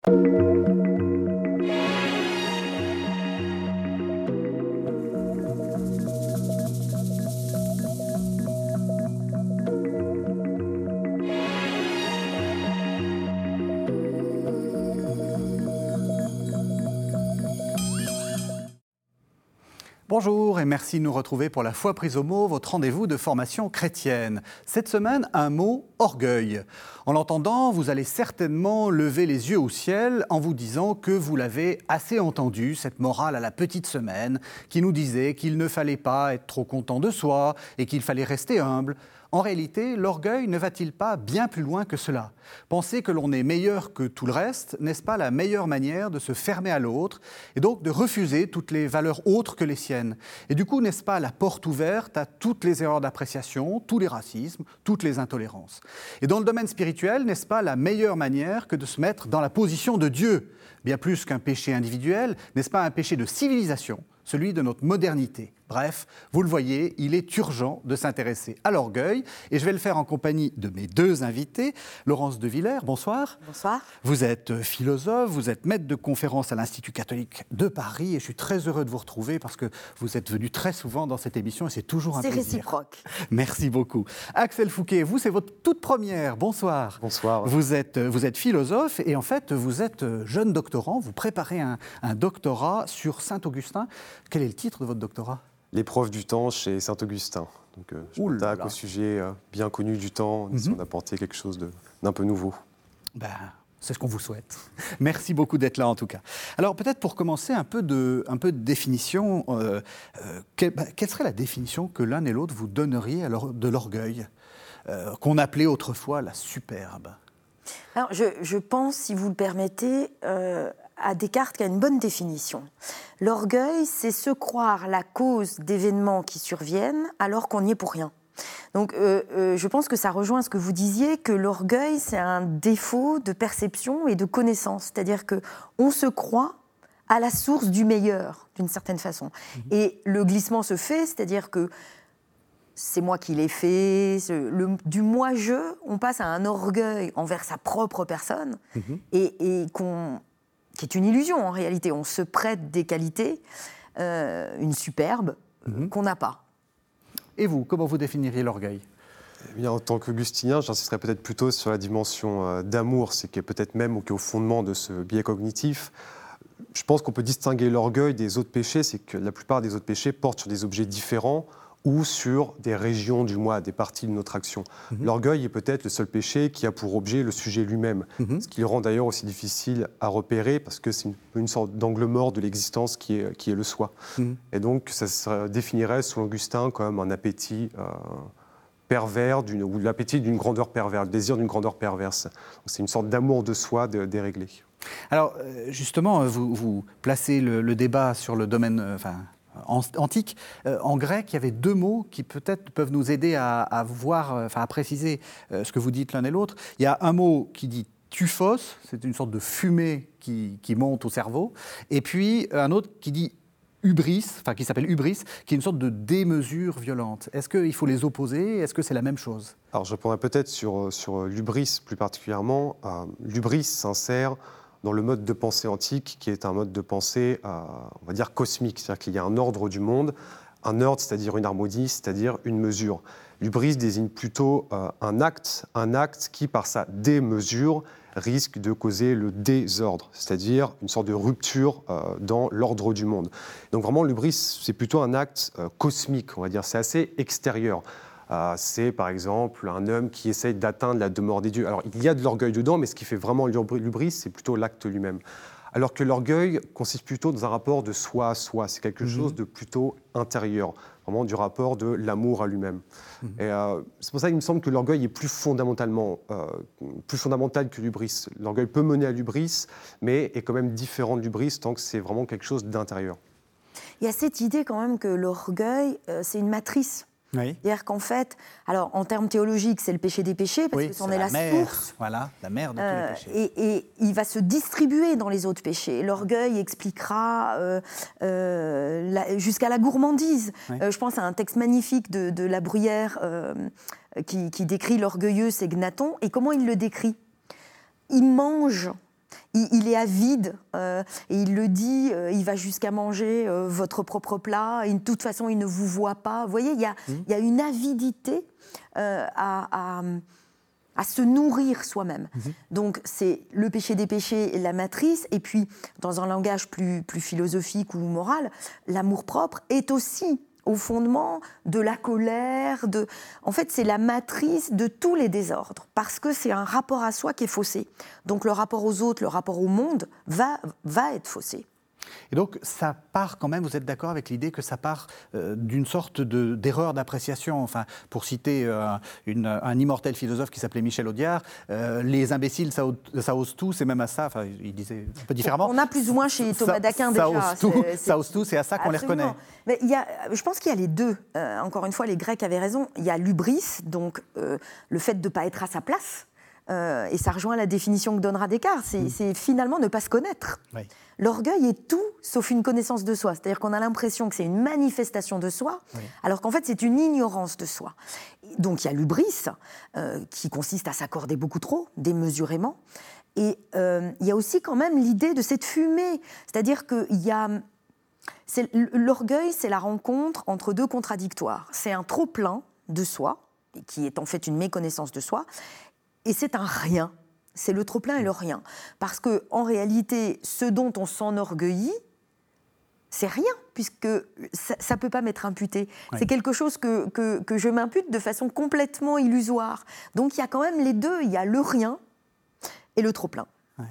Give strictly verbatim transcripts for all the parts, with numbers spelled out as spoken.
Bonjour et merci de nous retrouver pour la Foi prise au mot, votre rendez-vous de formation chrétienne. Cette semaine, un mot, orgueil. En l'entendant, vous allez certainement lever les yeux au ciel en vous disant que vous l'avez assez entendu, cette morale à la petite semaine, qui nous disait qu'il ne fallait pas être trop content de soi et qu'il fallait rester humble. En réalité, l'orgueil ne va-t-il pas bien plus loin que cela ? Penser que l'on est meilleur que tout le reste, n'est-ce pas la meilleure manière de se fermer à l'autre et donc de refuser toutes les valeurs autres que les siennes ? Et du coup, n'est-ce pas la porte ouverte à toutes les erreurs d'appréciation, tous les racismes, toutes les intolérances ? Et dans le domaine spirituel, n'est-ce pas la meilleure manière que de se mettre dans la position de Dieu ? Bien plus qu'un péché individuel, n'est-ce pas un péché de civilisation ? Celui de notre modernité. Bref, vous le voyez, il est urgent de s'intéresser à l'orgueil et je vais le faire en compagnie de mes deux invités. Laurence de Villers, bonsoir. Bonsoir. Vous êtes philosophe, vous êtes maître de conférence à l'Institut catholique de Paris et je suis très heureux de vous retrouver parce que vous êtes venu très souvent dans cette émission et c'est toujours un c'est plaisir. C'est réciproque. Merci beaucoup. Axel Fouquet, vous, c'est votre toute première. Bonsoir. Bonsoir. Vous êtes, vous êtes philosophe et en fait, vous êtes jeune doctorant. Vous préparez un, un doctorat sur Saint-Augustin. Quel est le titre de votre doctorat ? L'épreuve du temps chez Saint-Augustin. Donc, euh, je m'attaque au sujet euh, bien connu du temps, en essayant mm-hmm. d'apporter quelque chose de, d'un peu nouveau. Ben, c'est ce qu'on vous souhaite. Merci beaucoup d'être là, en tout cas. Alors, peut-être pour commencer, un peu de, un peu de définition. Euh, euh, quelle, ben, quelle serait la définition que l'un et l'autre vous donneriez alors, de l'orgueil, euh, qu'on appelait autrefois la superbe ? Alors, je, je pense, si vous le permettez, euh, à Descartes qui a une bonne définition. L'orgueil, c'est se croire la cause d'événements qui surviennent alors qu'on n'y est pour rien. Donc, euh, euh, je pense que ça rejoint ce que vous disiez, que l'orgueil, c'est un défaut de perception et de connaissance. C'est-à-dire qu'on se croit à la source du meilleur, d'une certaine façon. Mmh. Et le glissement se fait, c'est-à-dire que c'est moi qui l'ai fait, le, du moi-je, on passe à un orgueil envers sa propre personne, mmh. et, et qu'on... qui est une illusion en réalité. On se prête des qualités, euh, une superbe, mmh. qu'on n'a pas. Et vous, comment vous définiriez l'orgueil ? Eh bien, en tant qu'augustinien, j'insisterais peut-être plutôt sur la dimension euh, d'amour, c'est qui est peut-être même qui est au fondement de ce biais cognitif. Je pense qu'on peut distinguer l'orgueil des autres péchés, c'est que la plupart des autres péchés portent sur des objets différents, ou sur des régions du moi, des parties de notre action. Mmh. L'orgueil est peut-être le seul péché qui a pour objet le sujet lui-même, mmh. ce qui le rend d'ailleurs aussi difficile à repérer, parce que c'est une, une sorte d'angle mort de l'existence qui est, qui est le soi. Mmh. Et donc ça se définirait, selon Augustin, comme un appétit euh, pervers, d'une, ou l'appétit d'une grandeur perverse, le désir d'une grandeur perverse. Donc, c'est une sorte d'amour de soi de, déréglé. Alors, justement, vous, vous placez le, le débat sur le domaine... Euh, enfin, antique. Euh, en grec, il y avait deux mots qui peut-être peuvent nous aider à, à voir, euh, enfin à préciser euh, ce que vous dites l'un et l'autre. Il y a un mot qui dit tuphos, c'est une sorte de fumée qui, qui monte au cerveau, et puis un autre qui dit hubris, enfin qui s'appelle hubris, qui est une sorte de démesure violente. Est-ce qu'il faut les opposer ? Est-ce que c'est la même chose ? Alors je répondrai peut-être sur, sur l'hubris plus particulièrement. Euh, l'hubris s'insère dans le mode de pensée antique, qui est un mode de pensée, euh, on va dire, cosmique. C'est-à-dire qu'il y a un ordre du monde, un ordre, c'est-à-dire une harmonie, c'est-à-dire une mesure. L'hubris désigne plutôt euh, un acte, un acte qui, par sa démesure, risque de causer le désordre, c'est-à-dire une sorte de rupture euh, dans l'ordre du monde. Donc vraiment, l'hubris, c'est plutôt un acte euh, cosmique, on va dire, c'est assez extérieur. Euh, c'est par exemple un homme qui essaye d'atteindre la demeure des dieux. Alors il y a de l'orgueil dedans, mais ce qui fait vraiment l'hubris, c'est plutôt l'acte lui-même. Alors que l'orgueil consiste plutôt dans un rapport de soi à soi, c'est quelque mmh. chose de plutôt intérieur, vraiment du rapport de l'amour à lui-même. Mmh. Et euh, c'est pour ça qu'il me semble que l'orgueil est plus fondamentalement, euh, plus fondamental que l'hubris. L'orgueil peut mener à l'hubris, mais est quand même différent de l'hubris tant que c'est vraiment quelque chose d'intérieur. Il y a cette idée quand même que l'orgueil, euh, c'est une matrice. Oui. C'est-à-dire qu'en fait, alors en termes théologiques, c'est le péché des péchés, parce oui, que c'en est, est la, la mère, source. Voilà, la mère de euh, tous les péchés. Et, et il va se distribuer dans les autres péchés. L'orgueil expliquera euh, euh, la, jusqu'à la gourmandise. Oui. Euh, je pense à un texte magnifique de, de La Bruyère euh, qui, qui décrit l'orgueilleux, c'est Gnaton. Et comment il le décrit ? Il mange, il, il est avide, euh, et il le dit, euh, il va jusqu'à manger euh, votre propre plat, et de toute façon, il ne vous voit pas. Vous voyez, il y a, mmh. il y a une avidité euh, à, à, à se nourrir soi-même. Mmh. Donc, c'est le péché des péchés, la matrice, et puis, dans un langage plus, plus philosophique ou moral, l'amour-propre est aussi au fondement de la colère. De... En fait, c'est la matrice de tous les désordres, parce que c'est un rapport à soi qui est faussé. Donc le rapport aux autres, le rapport au monde va, va être faussé. Et donc, ça part quand même, vous êtes d'accord avec l'idée que ça part euh, d'une sorte de, d'erreur d'appréciation. Enfin, pour citer euh, une, un immortel philosophe qui s'appelait Michel Audiard, euh, les imbéciles, ça, ça ose tout, c'est même à ça, enfin, il disait un peu différemment. On a plus ou moins chez Thomas ça, d'Aquin ça déjà. Ose tout, c'est, ça ose tout, c'est à ça qu'on absolument. les reconnaît. Mais il y a, je pense qu'il y a les deux. Euh, encore une fois, les Grecs avaient raison. Il y a l'hubris, donc euh, le fait de ne pas être à sa place. Euh, et ça rejoint la définition que donnera Descartes, c'est, mmh. c'est finalement ne pas se connaître. Oui. L'orgueil est tout sauf une connaissance de soi, c'est-à-dire qu'on a l'impression que c'est une manifestation de soi, oui. alors qu'en fait c'est une ignorance de soi. Donc il y a l'hubris, euh, qui consiste à s'accorder beaucoup trop, démesurément, et euh, il y a aussi quand même l'idée de cette fumée, c'est-à-dire que il y a... C'est, l'orgueil, c'est la rencontre entre deux contradictoires. C'est un trop-plein de soi, qui est en fait une méconnaissance de soi, et c'est un rien, c'est le trop-plein et le rien. Parce qu'en réalité, ce dont on s'enorgueillit, c'est rien, puisque ça ne peut pas m'être imputé. Oui. C'est quelque chose que, que, que je m'impute de façon complètement illusoire. Donc il y a quand même les deux, il y a le rien et le trop-plein. Oui.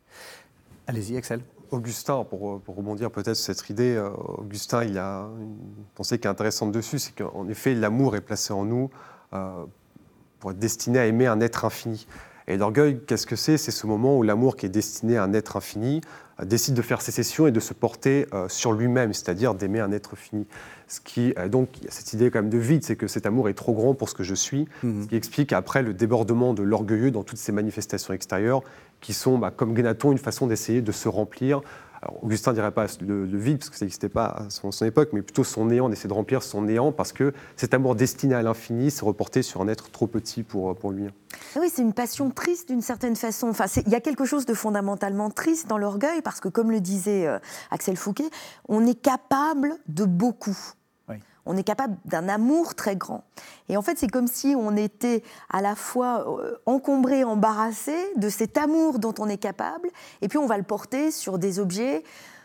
Allez-y, Axel. Augustin, pour, pour rebondir peut-être sur cette idée, euh, Augustin, il a une pensée qui est intéressante dessus, c'est qu'en effet, l'amour est placé en nous euh, pour être destiné à aimer un être infini. Et l'orgueil, qu'est-ce que c'est ? C'est ce moment où l'amour qui est destiné à un être infini euh, décide de faire sécession et de se porter euh, sur lui-même, c'est-à-dire d'aimer un être fini. Ce qui, euh, donc, il y a cette idée quand même de vide, c'est que cet amour est trop grand pour ce que je suis, mmh. ce qui explique après le débordement de l'orgueilleux dans toutes ces manifestations extérieures qui sont, bah, comme Gnaton, une façon d'essayer de se remplir. Alors, Augustin ne dirait pas le, le vide, parce que ça n'existait pas à son, son époque, mais plutôt son néant, d'essayer de remplir son néant, parce que cet amour destiné à l'infini s'est reporté sur un être trop petit pour, pour lui. Oui, c'est une passion triste d'une certaine façon. Enfin, il y a quelque chose de fondamentalement triste dans l'orgueil, parce que comme le disait euh, Axel Fouquet, on est capable de beaucoup. Oui. On est capable d'un amour très grand. Et en fait, c'est comme si on était à la fois euh, encombré, embarrassé de cet amour dont on est capable, et puis on va le porter sur des objets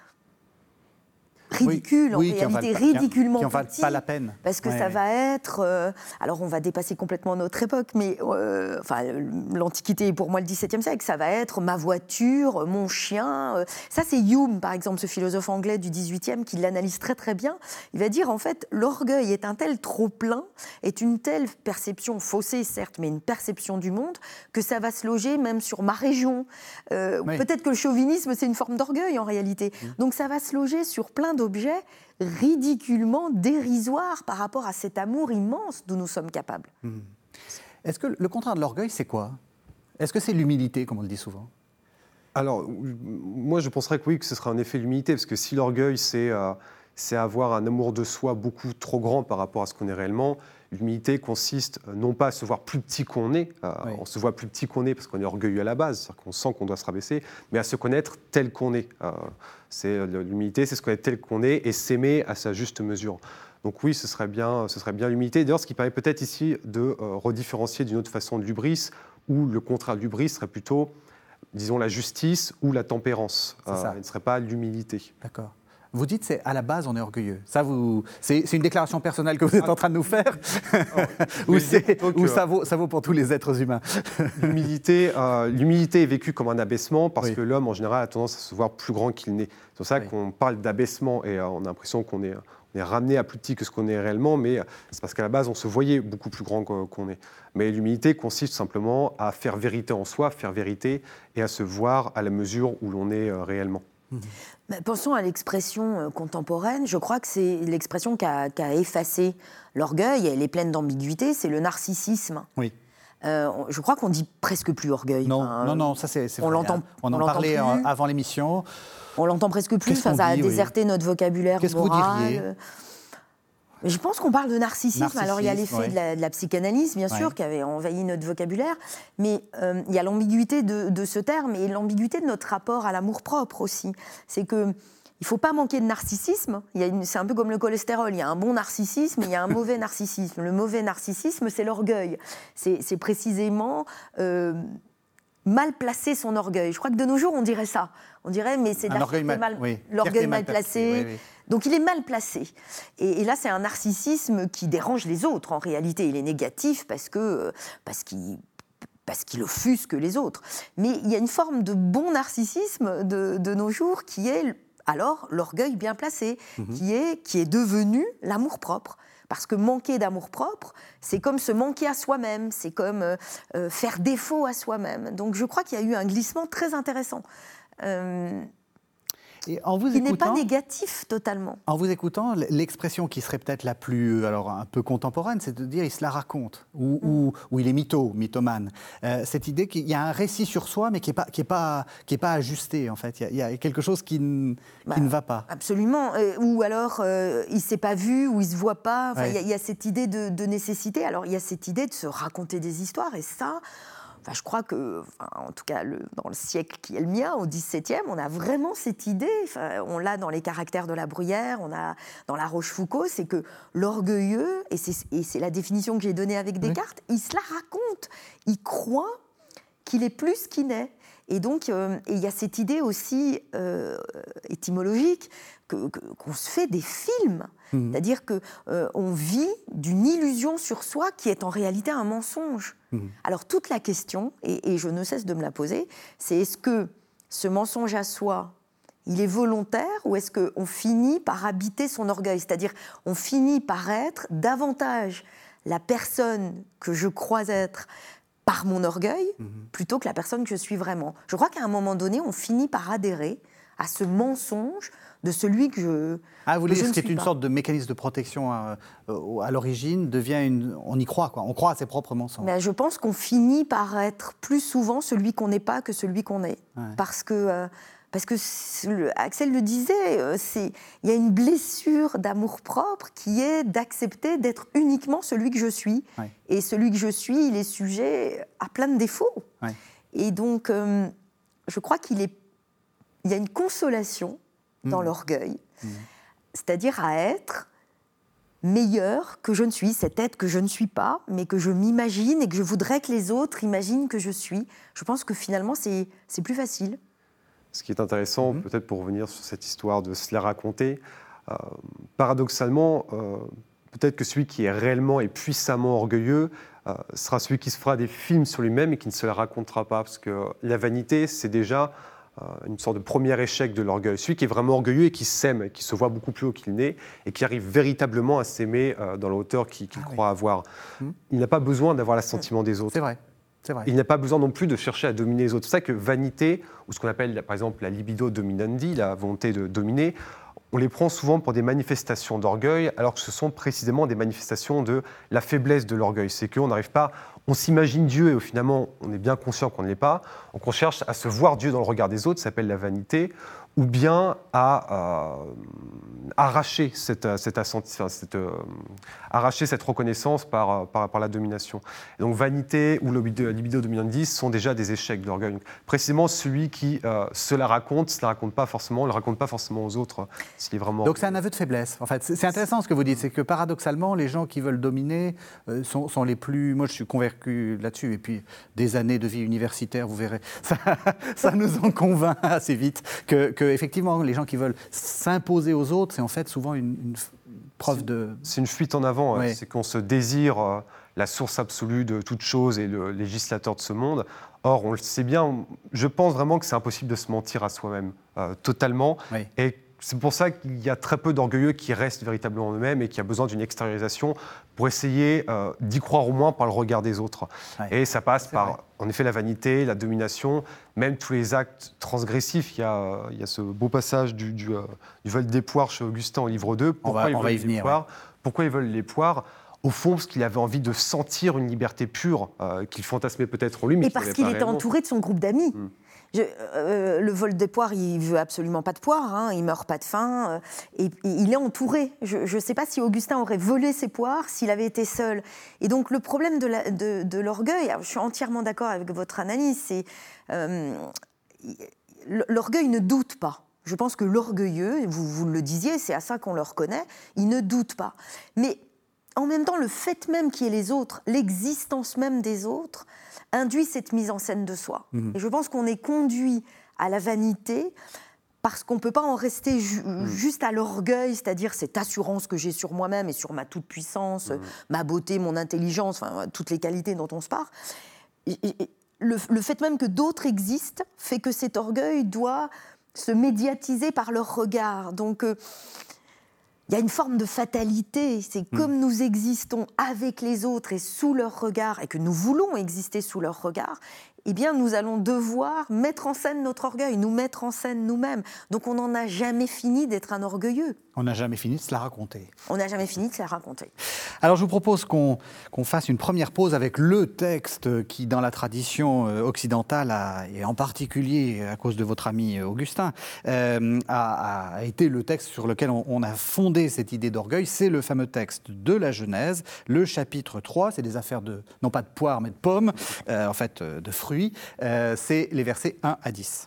ridicules, oui, en oui, réalité en ridiculement qui en valent pas la peine. Parce que ouais, ça ouais. va être... Euh, alors, on va dépasser complètement notre époque, mais euh, enfin, l'Antiquité est pour moi le dix-septième siècle, ça va être ma voiture, mon chien. Euh, ça, c'est Hume, par exemple, ce philosophe anglais du dix-huitième, qui l'analyse très très bien. Il va dire, en fait, l'orgueil est un tel trop-plein, est une telle perception faussée, certes, mais une perception du monde, que ça va se loger même sur ma région. Euh, oui. Peut-être que le chauvinisme, c'est une forme d'orgueil, en réalité. Mmh. Donc, ça va se loger sur plein de objets ridiculement dérisoires par rapport à cet amour immense dont nous sommes capables. Mmh. Est-ce que le contraire de l'orgueil, c'est quoi ? Est-ce que c'est l'humilité, comme on le dit souvent ? Alors, moi, je penserais que oui, que ce serait en effet l'humilité, parce que si l'orgueil, c'est, euh, c'est avoir un amour de soi beaucoup trop grand par rapport à ce qu'on est réellement, l'humilité consiste non pas à se voir plus petit qu'on est, euh, oui. on se voit plus petit qu'on est parce qu'on est orgueilleux à la base, c'est-à-dire qu'on sent qu'on doit se rabaisser, mais à se connaître tel qu'on est. Euh, c'est, l'humilité, c'est se connaître tel qu'on est et s'aimer à sa juste mesure. Donc oui, ce serait bien, ce serait bien l'humilité. D'ailleurs, ce qui permet peut-être ici de euh, redifférencier d'une autre façon de l'hubris, où le contraire de l'hubris serait plutôt, disons, la justice ou la tempérance. C'est euh, ça. Il ne serait pas l'humilité. D'accord. Vous dites c'est à la base on est orgueilleux. Ça vous, c'est, c'est une déclaration personnelle que vous êtes en train de nous faire, ou, c'est, ou ça vaut, ça vaut pour tous les êtres humains. L'humilité, euh, l'humilité est vécue comme un abaissement parce oui. que l'homme en général a tendance à se voir plus grand qu'il n'est. C'est pour ça oui. qu'on parle d'abaissement et euh, on a l'impression qu'on est, on est ramené à plus petit que ce qu'on est réellement, mais c'est parce qu'à la base on se voyait beaucoup plus grand qu'on est. Mais l'humilité consiste simplement à faire vérité en soi, faire vérité et à se voir à la mesure où l'on est euh, réellement. Mais pensons à l'expression contemporaine. Je crois que c'est l'expression qui a, qui a effacé l'orgueil. Elle est pleine d'ambiguïté. C'est le narcissisme. Oui. Euh, je crois qu'on dit presque plus orgueil. Non, enfin, non, non, ça c'est, c'est on vrai. L'entend, on, on en parlait plus. avant l'émission. On l'entend presque plus. Enfin, ça a dit, déserté oui. notre vocabulaire Qu'est-ce moral. Que vous diriez Je pense qu'on parle de narcissisme. narcissisme Alors, il y a l'effet ouais. de, la, de la psychanalyse, bien sûr, ouais. qui avait envahi notre vocabulaire, mais euh, il y a l'ambiguïté de, de ce terme et l'ambiguïté de notre rapport à l'amour-propre aussi. C'est que il ne faut pas manquer de narcissisme. Il y a une, c'est un peu comme le cholestérol. Il y a un bon narcissisme, il y a un mauvais narcissisme. Le mauvais narcissisme, c'est l'orgueil. C'est, c'est précisément euh, mal placer son orgueil. Je crois que de nos jours, on dirait ça. On dirait, mais c'est de la fierté mal, mal, oui. l'orgueil mal, mal placé. placé. Oui, oui. Donc il est mal placé. Et, et là, c'est un narcissisme qui dérange les autres. En réalité, il est négatif parce que parce qu'il parce qu'il offusque les autres. Mais il y a une forme de bon narcissisme de, de nos jours qui est alors l'orgueil bien placé, mmh. qui est qui est devenu l'amour-propre. Parce que manquer d'amour-propre, c'est comme se manquer à soi-même, c'est comme euh, faire défaut à soi-même. Donc je crois qu'il y a eu un glissement très intéressant. Euh, Et en vous qui écoutant, n'est pas négatif totalement. En vous écoutant, l'expression qui serait peut-être la plus, alors un peu contemporaine, c'est de dire il se la raconte, ou, mmh. ou, ou il est mytho, mythomane. Euh, cette idée qu'il y a un récit sur soi, mais qui n'est pas, qui est pas, qui est pas ajusté, en fait. Il y a, il y a quelque chose qui, n, bah, qui ne va pas. Absolument. Euh, ou alors, euh, il ne s'est pas vu, ou il ne se voit pas. Enfin, ouais. il, y a, il y a cette idée de, de nécessité. Alors, il y a cette idée de se raconter des histoires, et ça... Enfin, je crois que, enfin, en tout cas, le, dans le siècle qui est le mien, au dix-septième, on a vraiment cette idée, enfin, on l'a dans les Caractères de la Bruyère, on a dans La Rochefoucauld, c'est que l'orgueilleux, et c'est, et c'est la définition que j'ai donnée avec Descartes, oui. il se la raconte, il croit qu'il est plus qu'il n'est. Et donc, euh, il y a cette idée aussi euh, étymologique que, que, qu'on se fait des films. Mmh. C'est-à-dire qu'on euh, vit d'une illusion sur soi qui est en réalité un mensonge. Mmh. Alors, toute la question, et, et je ne cesse de me la poser, c'est est-ce que ce mensonge à soi, il est volontaire ou est-ce qu'on finit par habiter son orgueil ? C'est-à-dire, on finit par être davantage la personne que je crois être par mon orgueil, mmh. plutôt que la personne que je suis vraiment. Je crois qu'à un moment donné, on finit par adhérer à ce mensonge de celui que je Ah, vous voulez dire que c'est une pas. sorte de mécanisme de protection à, à l'origine, devient une... On y croit, quoi. On croit à ses propres mensonges. Mais je pense qu'on finit par être plus souvent celui qu'on n'est pas que celui qu'on est. Ouais. Parce que... Euh, Parce que Axel le disait, c'est, il y a une blessure d'amour-propre qui est d'accepter d'être uniquement celui que je suis. Ouais. Et celui que je suis, il est sujet à plein de défauts. Ouais. Et donc, euh, je crois qu'il est, il y a une consolation mmh. dans l'orgueil, mmh. c'est-à-dire à être meilleur que je ne suis, cet être que je ne suis pas, mais que je m'imagine et que je voudrais que les autres imaginent que je suis. Je pense que finalement, c'est, c'est plus facile. Ce qui est intéressant, mmh. peut-être pour revenir sur cette histoire de se la raconter, euh, paradoxalement, euh, peut-être que celui qui est réellement et puissamment orgueilleux euh, sera celui qui se fera des films sur lui-même et qui ne se la racontera pas. Parce que la vanité, c'est déjà euh, une sorte de premier échec de l'orgueil. Celui qui est vraiment orgueilleux et qui s'aime, qui se voit beaucoup plus haut qu'il n'est, et qui arrive véritablement à s'aimer euh, dans la hauteur qu'il, qu'il ah, croit oui. avoir. Mmh. Il n'a pas besoin d'avoir l'assentiment des autres. C'est vrai. C'est vrai. Il n'a pas besoin non plus de chercher à dominer les autres. C'est ça que vanité, ou ce qu'on appelle par exemple la libido dominandi, la volonté de dominer, on les prend souvent pour des manifestations d'orgueil, alors que ce sont précisément des manifestations de la faiblesse de l'orgueil. C'est qu'on n'arrive pas, on s'imagine Dieu et finalement on est bien conscient qu'on ne l'est pas, donc on cherche à se voir Dieu dans le regard des autres, ça s'appelle la vanité, ou bien à euh, arracher cette, cette, assenti, cette, euh, arracher cette reconnaissance par, par, par la domination. Et donc vanité ou libido, libido dominandi sont déjà des échecs de l'orgueil. Donc, précisément celui qui euh, se la raconte, se la raconte pas forcément, ne le raconte pas forcément aux autres, s'il est vraiment... Donc c'est un aveu de faiblesse, en fait. C'est, c'est intéressant ce que vous dites, c'est que paradoxalement, les gens qui veulent dominer euh, sont, sont les plus... Moi, je suis convaincu là-dessus, et puis des années de vie universitaire, vous verrez, ça, ça nous en convainc assez vite que, que effectivement, les gens qui veulent s'imposer aux autres, c'est en fait souvent une, une preuve c'est, de... C'est une fuite en avant, ouais. hein. C'est qu'on se désire euh, la source absolue de toute chose et le législateur de ce monde. Or, on le sait bien, je pense vraiment que c'est impossible de se mentir à soi-même, euh, totalement. Oui. Et c'est pour ça qu'il y a très peu d'orgueilleux qui restent véritablement eux-mêmes et qui a besoin d'une extériorisation pour essayer euh, d'y croire au moins par le regard des autres. Ouais. Et ça passe c'est par, vrai. En effet, la vanité, la domination, même tous les actes transgressifs. Il y a, euh, il y a ce beau passage du, du, euh, du vol des poires chez Augustin au livre deux. Pourquoi on va, ils on veulent va y les venir, poires ouais. Pourquoi ils veulent les poires ? Au fond, parce qu'il avait envie de sentir une liberté pure, euh, qu'il fantasmait peut-être en lui, mais et parce qu'il était réellement. entouré de son groupe d'amis. Mmh. Je, euh, le vol des poires, il veut absolument pas de poires, hein, il meurt pas de faim, euh, et, et il est entouré. Je ne sais pas si Augustin aurait volé ses poires s'il avait été seul. Et donc le problème de, la, de, de l'orgueil, je suis entièrement d'accord avec votre analyse, c'est euh, l'orgueil ne doute pas. Je pense que l'orgueilleux, vous, vous le disiez, c'est à ça qu'on le reconnaît, il ne doute pas. Mais en même temps, le fait même qu'il y ait les autres, l'existence même des autres, induit cette mise en scène de soi. Mmh. Et je pense qu'on est conduit à la vanité parce qu'on ne peut pas en rester ju- mmh. juste à l'orgueil, c'est-à-dire cette assurance que j'ai sur moi-même et sur ma toute-puissance, mmh. ma beauté, mon intelligence, enfin, toutes les qualités dont on se parle. Et, et, le, le fait même que d'autres existent fait que cet orgueil doit se médiatiser par leur regard. Donc, euh, il y a une forme de fatalité. C'est mmh. comme nous existons avec les autres et sous leur regard, et que nous voulons exister sous leur regard, eh bien, nous allons devoir mettre en scène notre orgueil, nous mettre en scène nous-mêmes. Donc, on n'en a jamais fini d'être un orgueilleux. On n'a jamais fini de se la raconter. On n'a jamais fini de se la raconter. Alors, je vous propose qu'on, qu'on fasse une première pause avec le texte qui, dans la tradition occidentale, a, et en particulier à cause de votre ami Augustin, euh, a, a été le texte sur lequel on, on a fondé cette idée d'orgueil. C'est le fameux texte de la Genèse, le chapitre trois. C'est des affaires de, non pas de poires, mais de pommes, euh, en fait, de fruits. Euh, c'est les versets un à dix.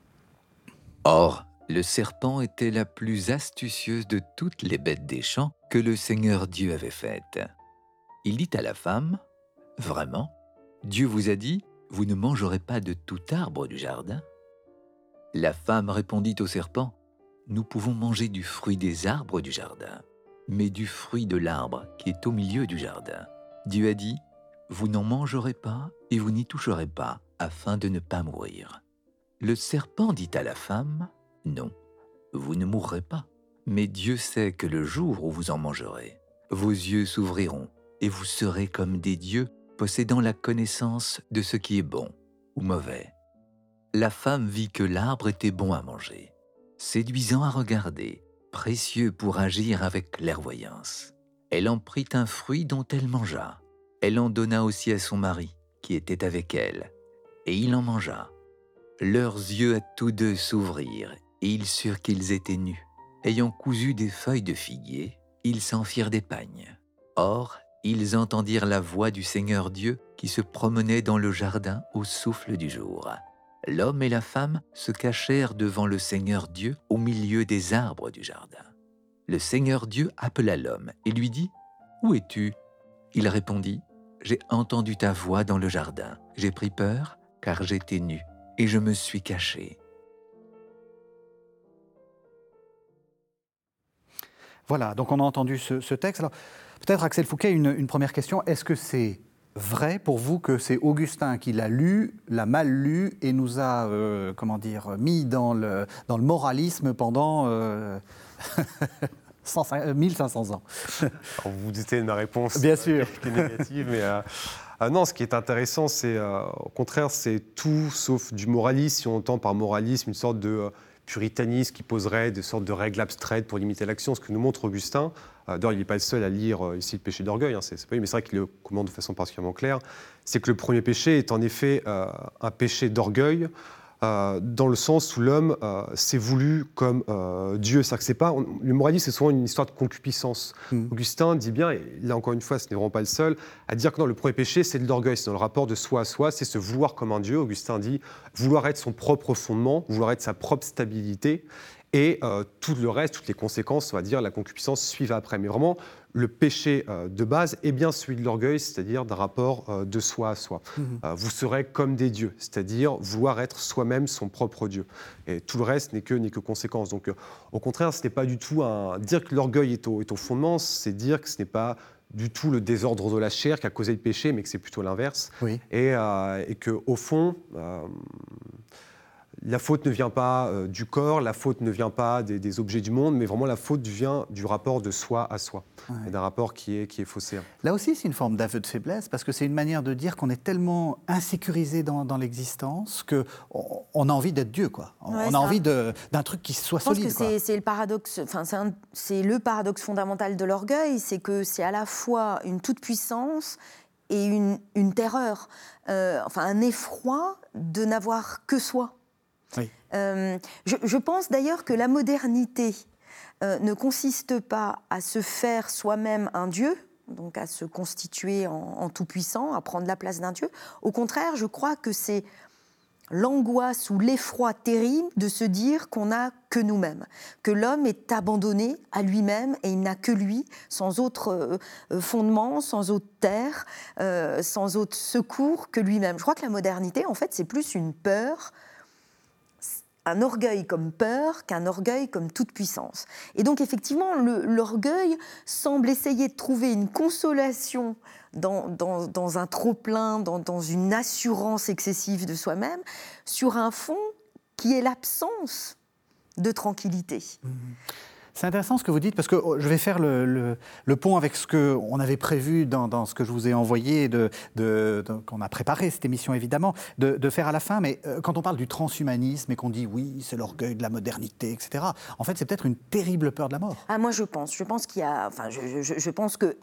Or, le serpent était la plus astucieuse de toutes les bêtes des champs que le Seigneur Dieu avait faites. Il dit à la femme, « Vraiment, Dieu vous a dit, vous ne mangerez pas de tout arbre du jardin ?» La femme répondit au serpent, « Nous pouvons manger du fruit des arbres du jardin, mais du fruit de l'arbre qui est au milieu du jardin. Dieu a dit, vous n'en mangerez pas et vous n'y toucherez pas, afin de ne pas mourir. » Le serpent dit à la femme, « Non, vous ne mourrez pas, mais Dieu sait que le jour où vous en mangerez, vos yeux s'ouvriront et vous serez comme des dieux possédant la connaissance de ce qui est bon ou mauvais. » La femme vit que l'arbre était bon à manger, séduisant à regarder, précieux pour agir avec clairvoyance. Elle en prit un fruit dont elle mangea. Elle en donna aussi à son mari, qui était avec elle, et il en mangea. Leurs yeux à tous deux s'ouvrirent, et ils surent qu'ils étaient nus. Ayant cousu des feuilles de figuier, ils s'en firent des pagnes. Or, ils entendirent la voix du Seigneur Dieu qui se promenait dans le jardin au souffle du jour. L'homme et la femme se cachèrent devant le Seigneur Dieu au milieu des arbres du jardin. Le Seigneur Dieu appela l'homme et lui dit, « Où es-tu » Il répondit, « J'ai entendu ta voix dans le jardin. J'ai pris peur, car j'étais nu, et je me suis caché. » Voilà, donc on a entendu ce, ce texte. Alors, peut-être, Axel Fouquet, une, une première question. Est-ce que c'est vrai pour vous que c'est Augustin qui l'a lu, l'a mal lu, et nous a, euh, comment dire, mis dans le, dans le moralisme pendant... Euh, mille cinq cents ans. Alors, vous vous doutez de ma réponse. Bien sûr. Qui est négative, mais euh, euh, non, ce qui est intéressant, c'est euh, au contraire, c'est tout sauf du moralisme. Si on entend par moralisme une sorte de euh, puritanisme qui poserait des sortes de règles abstraites pour limiter l'action, ce que nous montre Augustin. Euh, d'ailleurs, il n'est pas le seul à lire euh, ici le péché d'orgueil, hein, c'est, c'est pas lui, mais c'est vrai qu'il le commande de façon particulièrement claire. C'est que le premier péché est en effet euh, un péché d'orgueil. Euh, dans le sens où l'homme euh, s'est voulu comme euh, Dieu. C'est-à-dire que c'est pas, on, le moralisme, c'est souvent une histoire de concupiscence. Mmh. Augustin dit bien, et là encore une fois, ce n'est vraiment pas le seul, à dire que non, le premier péché, c'est de l'orgueil, c'est dans le rapport de soi à soi, c'est se vouloir comme un Dieu. Augustin dit vouloir être son propre fondement, vouloir être sa propre stabilité, et euh, tout le reste, toutes les conséquences, on va dire, la concupiscence suivent après. Mais vraiment, le péché euh, de base est bien celui de l'orgueil, c'est-à-dire d'un rapport euh, de soi à soi. Mmh. Euh, vous serez comme des dieux, c'est-à-dire vouloir être soi-même son propre Dieu. Et tout le reste n'est que, n'est que conséquence. Donc, euh, au contraire, ce n'est pas du tout un... Dire que l'orgueil est au, est au fondement, c'est dire que ce n'est pas du tout le désordre de la chair qui a causé le péché, mais que c'est plutôt l'inverse. Oui. Et, euh, et qu'au fond... Euh, La faute ne vient pas euh, du corps, la faute ne vient pas des, des objets du monde, mais vraiment la faute vient du rapport de soi à soi, ouais. Et d'un rapport qui est, qui est faussé. Là aussi, c'est une forme d'aveu de faiblesse, parce que c'est une manière de dire qu'on est tellement insécurisé dans, dans l'existence qu'on on a envie d'être Dieu, quoi. On, ouais, on a envie de, d'un truc qui soit Je pense solide. Que c'est, c'est, le paradoxe, enfin, c'est, un, c'est le paradoxe fondamental de l'orgueil, c'est que c'est à la fois une toute-puissance et une, une terreur, euh, enfin un effroi de n'avoir que soi. Oui. Euh, je, je pense d'ailleurs que la modernité euh, ne consiste pas à se faire soi-même un Dieu, donc à se constituer en, en tout-puissant, à prendre la place d'un Dieu. Au contraire, je crois que c'est l'angoisse ou l'effroi terrible de se dire qu'on n'a que nous-mêmes, que l'homme est abandonné à lui-même et il n'a que lui, sans autre euh, fondement, sans autre terre, euh, sans autre secours que lui-même. Je crois que la modernité, en fait, c'est plus une peur, un orgueil comme peur qu'un orgueil comme toute puissance. Et donc, effectivement, le, l'orgueil semble essayer de trouver une consolation dans, dans, dans un trop-plein, dans, dans une assurance excessive de soi-même, sur un fond qui est l'absence de tranquillité. Mmh. C'est intéressant ce que vous dites, parce que je vais faire le, le, le pont avec ce qu'on avait prévu dans, dans ce que je vous ai envoyé, de, de, de, qu'on a préparé cette émission évidemment, de, de faire à la fin. Mais quand on parle du transhumanisme et qu'on dit oui, c'est l'orgueil de la modernité, et cetera, en fait, c'est peut-être une terrible peur de la mort. Ah, moi, je pense. Je pense qu'il y a... Enfin, je, je, je pense que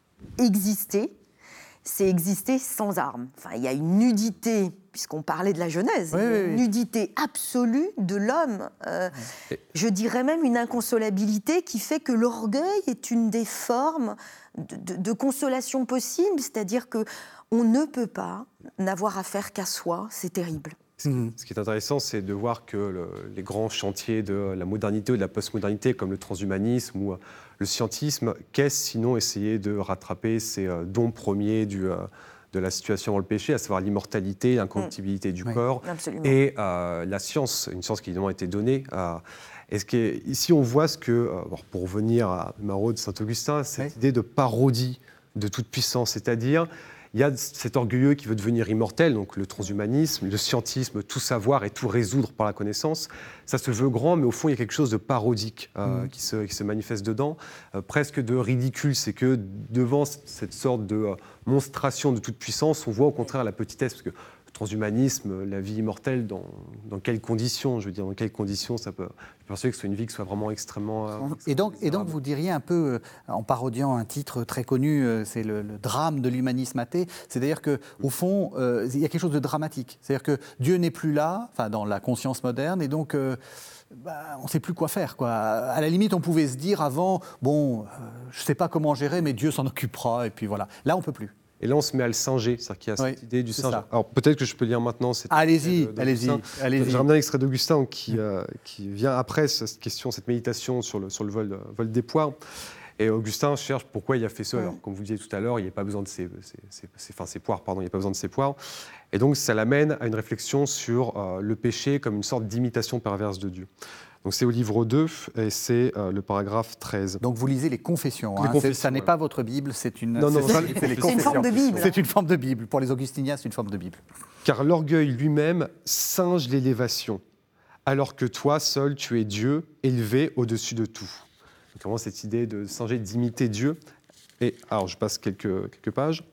exister, c'est exister sans armes. Enfin, il y a une nudité, puisqu'on parlait de la Genèse, oui, oui, oui. une nudité absolue de l'homme. Euh, oui. Je dirais même une inconsolabilité qui fait que l'orgueil est une des formes de, de, de consolation possible, c'est-à-dire qu'on ne peut pas n'avoir affaire qu'à soi, c'est terrible. Ce qui est intéressant, c'est de voir que le, les grands chantiers de la modernité ou de la postmodernité, comme le transhumanisme ou le scientisme, qu'est-ce sinon essayer de rattraper ces dons premiers du, de la situation dans le péché, à savoir l'immortalité, l'incorruptibilité mmh. du oui, corps, absolument. et euh, la science, une science qui évidemment a été donnée. Euh, et ce qui est, ici, on voit ce que, euh, pour revenir à Marot de Saint-Augustin, cette oui. idée de parodie de toute puissance, c'est-à-dire il y a cet orgueilleux qui veut devenir immortel, donc le transhumanisme, le scientisme, tout savoir et tout résoudre par la connaissance. Ça se veut grand, mais au fond, il y a quelque chose de parodique euh, mmh. qui, se, qui se manifeste dedans, euh, presque de ridicule. C'est que devant cette sorte de euh, monstration de toute puissance, on voit au contraire la petitesse, parce que le transhumanisme, la vie immortelle, dans, dans quelles conditions, je veux dire, dans quelles conditions ça peut... Je pense que ce soit une vie qui soit vraiment extrêmement... Euh, et, donc, et donc, vous diriez un peu, euh, en parodiant un titre très connu, euh, c'est le, le drame de l'humanisme athée, c'est-à-dire qu'au fond, euh, il y a quelque chose de dramatique. C'est-à-dire que Dieu n'est plus là, enfin, dans la conscience moderne, et donc... Euh, Bah, on ne sait plus quoi faire, quoi. À la limite, on pouvait se dire avant, bon, euh, je ne sais pas comment gérer, mais Dieu s'en occupera, et puis voilà. Là, on ne peut plus. Et là, on se met à le singer, c'est-à-dire qu'il y a oui, cette idée du singe. Ça. Alors, peut-être que je peux lire maintenant cette allez-y, allez-y, allez-y. J'aimerais bien l'extrait d'Augustin qui, euh, qui vient après cette question, cette méditation sur le, sur le vol, vol des poires. Et Augustin cherche pourquoi il a fait ça. Alors, comme vous le disiez tout à l'heure, il n'y a pas besoin de ses, ses, ses, ses, enfin, ses poires, pardon, il n'y a pas besoin de ses poires. Et donc, ça l'amène à une réflexion sur euh, le péché comme une sorte d'imitation perverse de Dieu. Donc c'est au livre deux et c'est euh, le paragraphe treize. Donc vous lisez les Confessions. Les hein. confessions ça n'est ouais. pas votre Bible, c'est une, non, non, c'est, c'est, c'est, les c'est une forme de Bible. C'est une forme de Bible. Pour les augustiniens, c'est une forme de Bible. Car l'orgueil lui-même singe l'élévation, alors que toi seul tu es Dieu, élevé au-dessus de tout. Donc vraiment cette idée de singer, d'imiter Dieu. Et alors je passe quelques, quelques pages.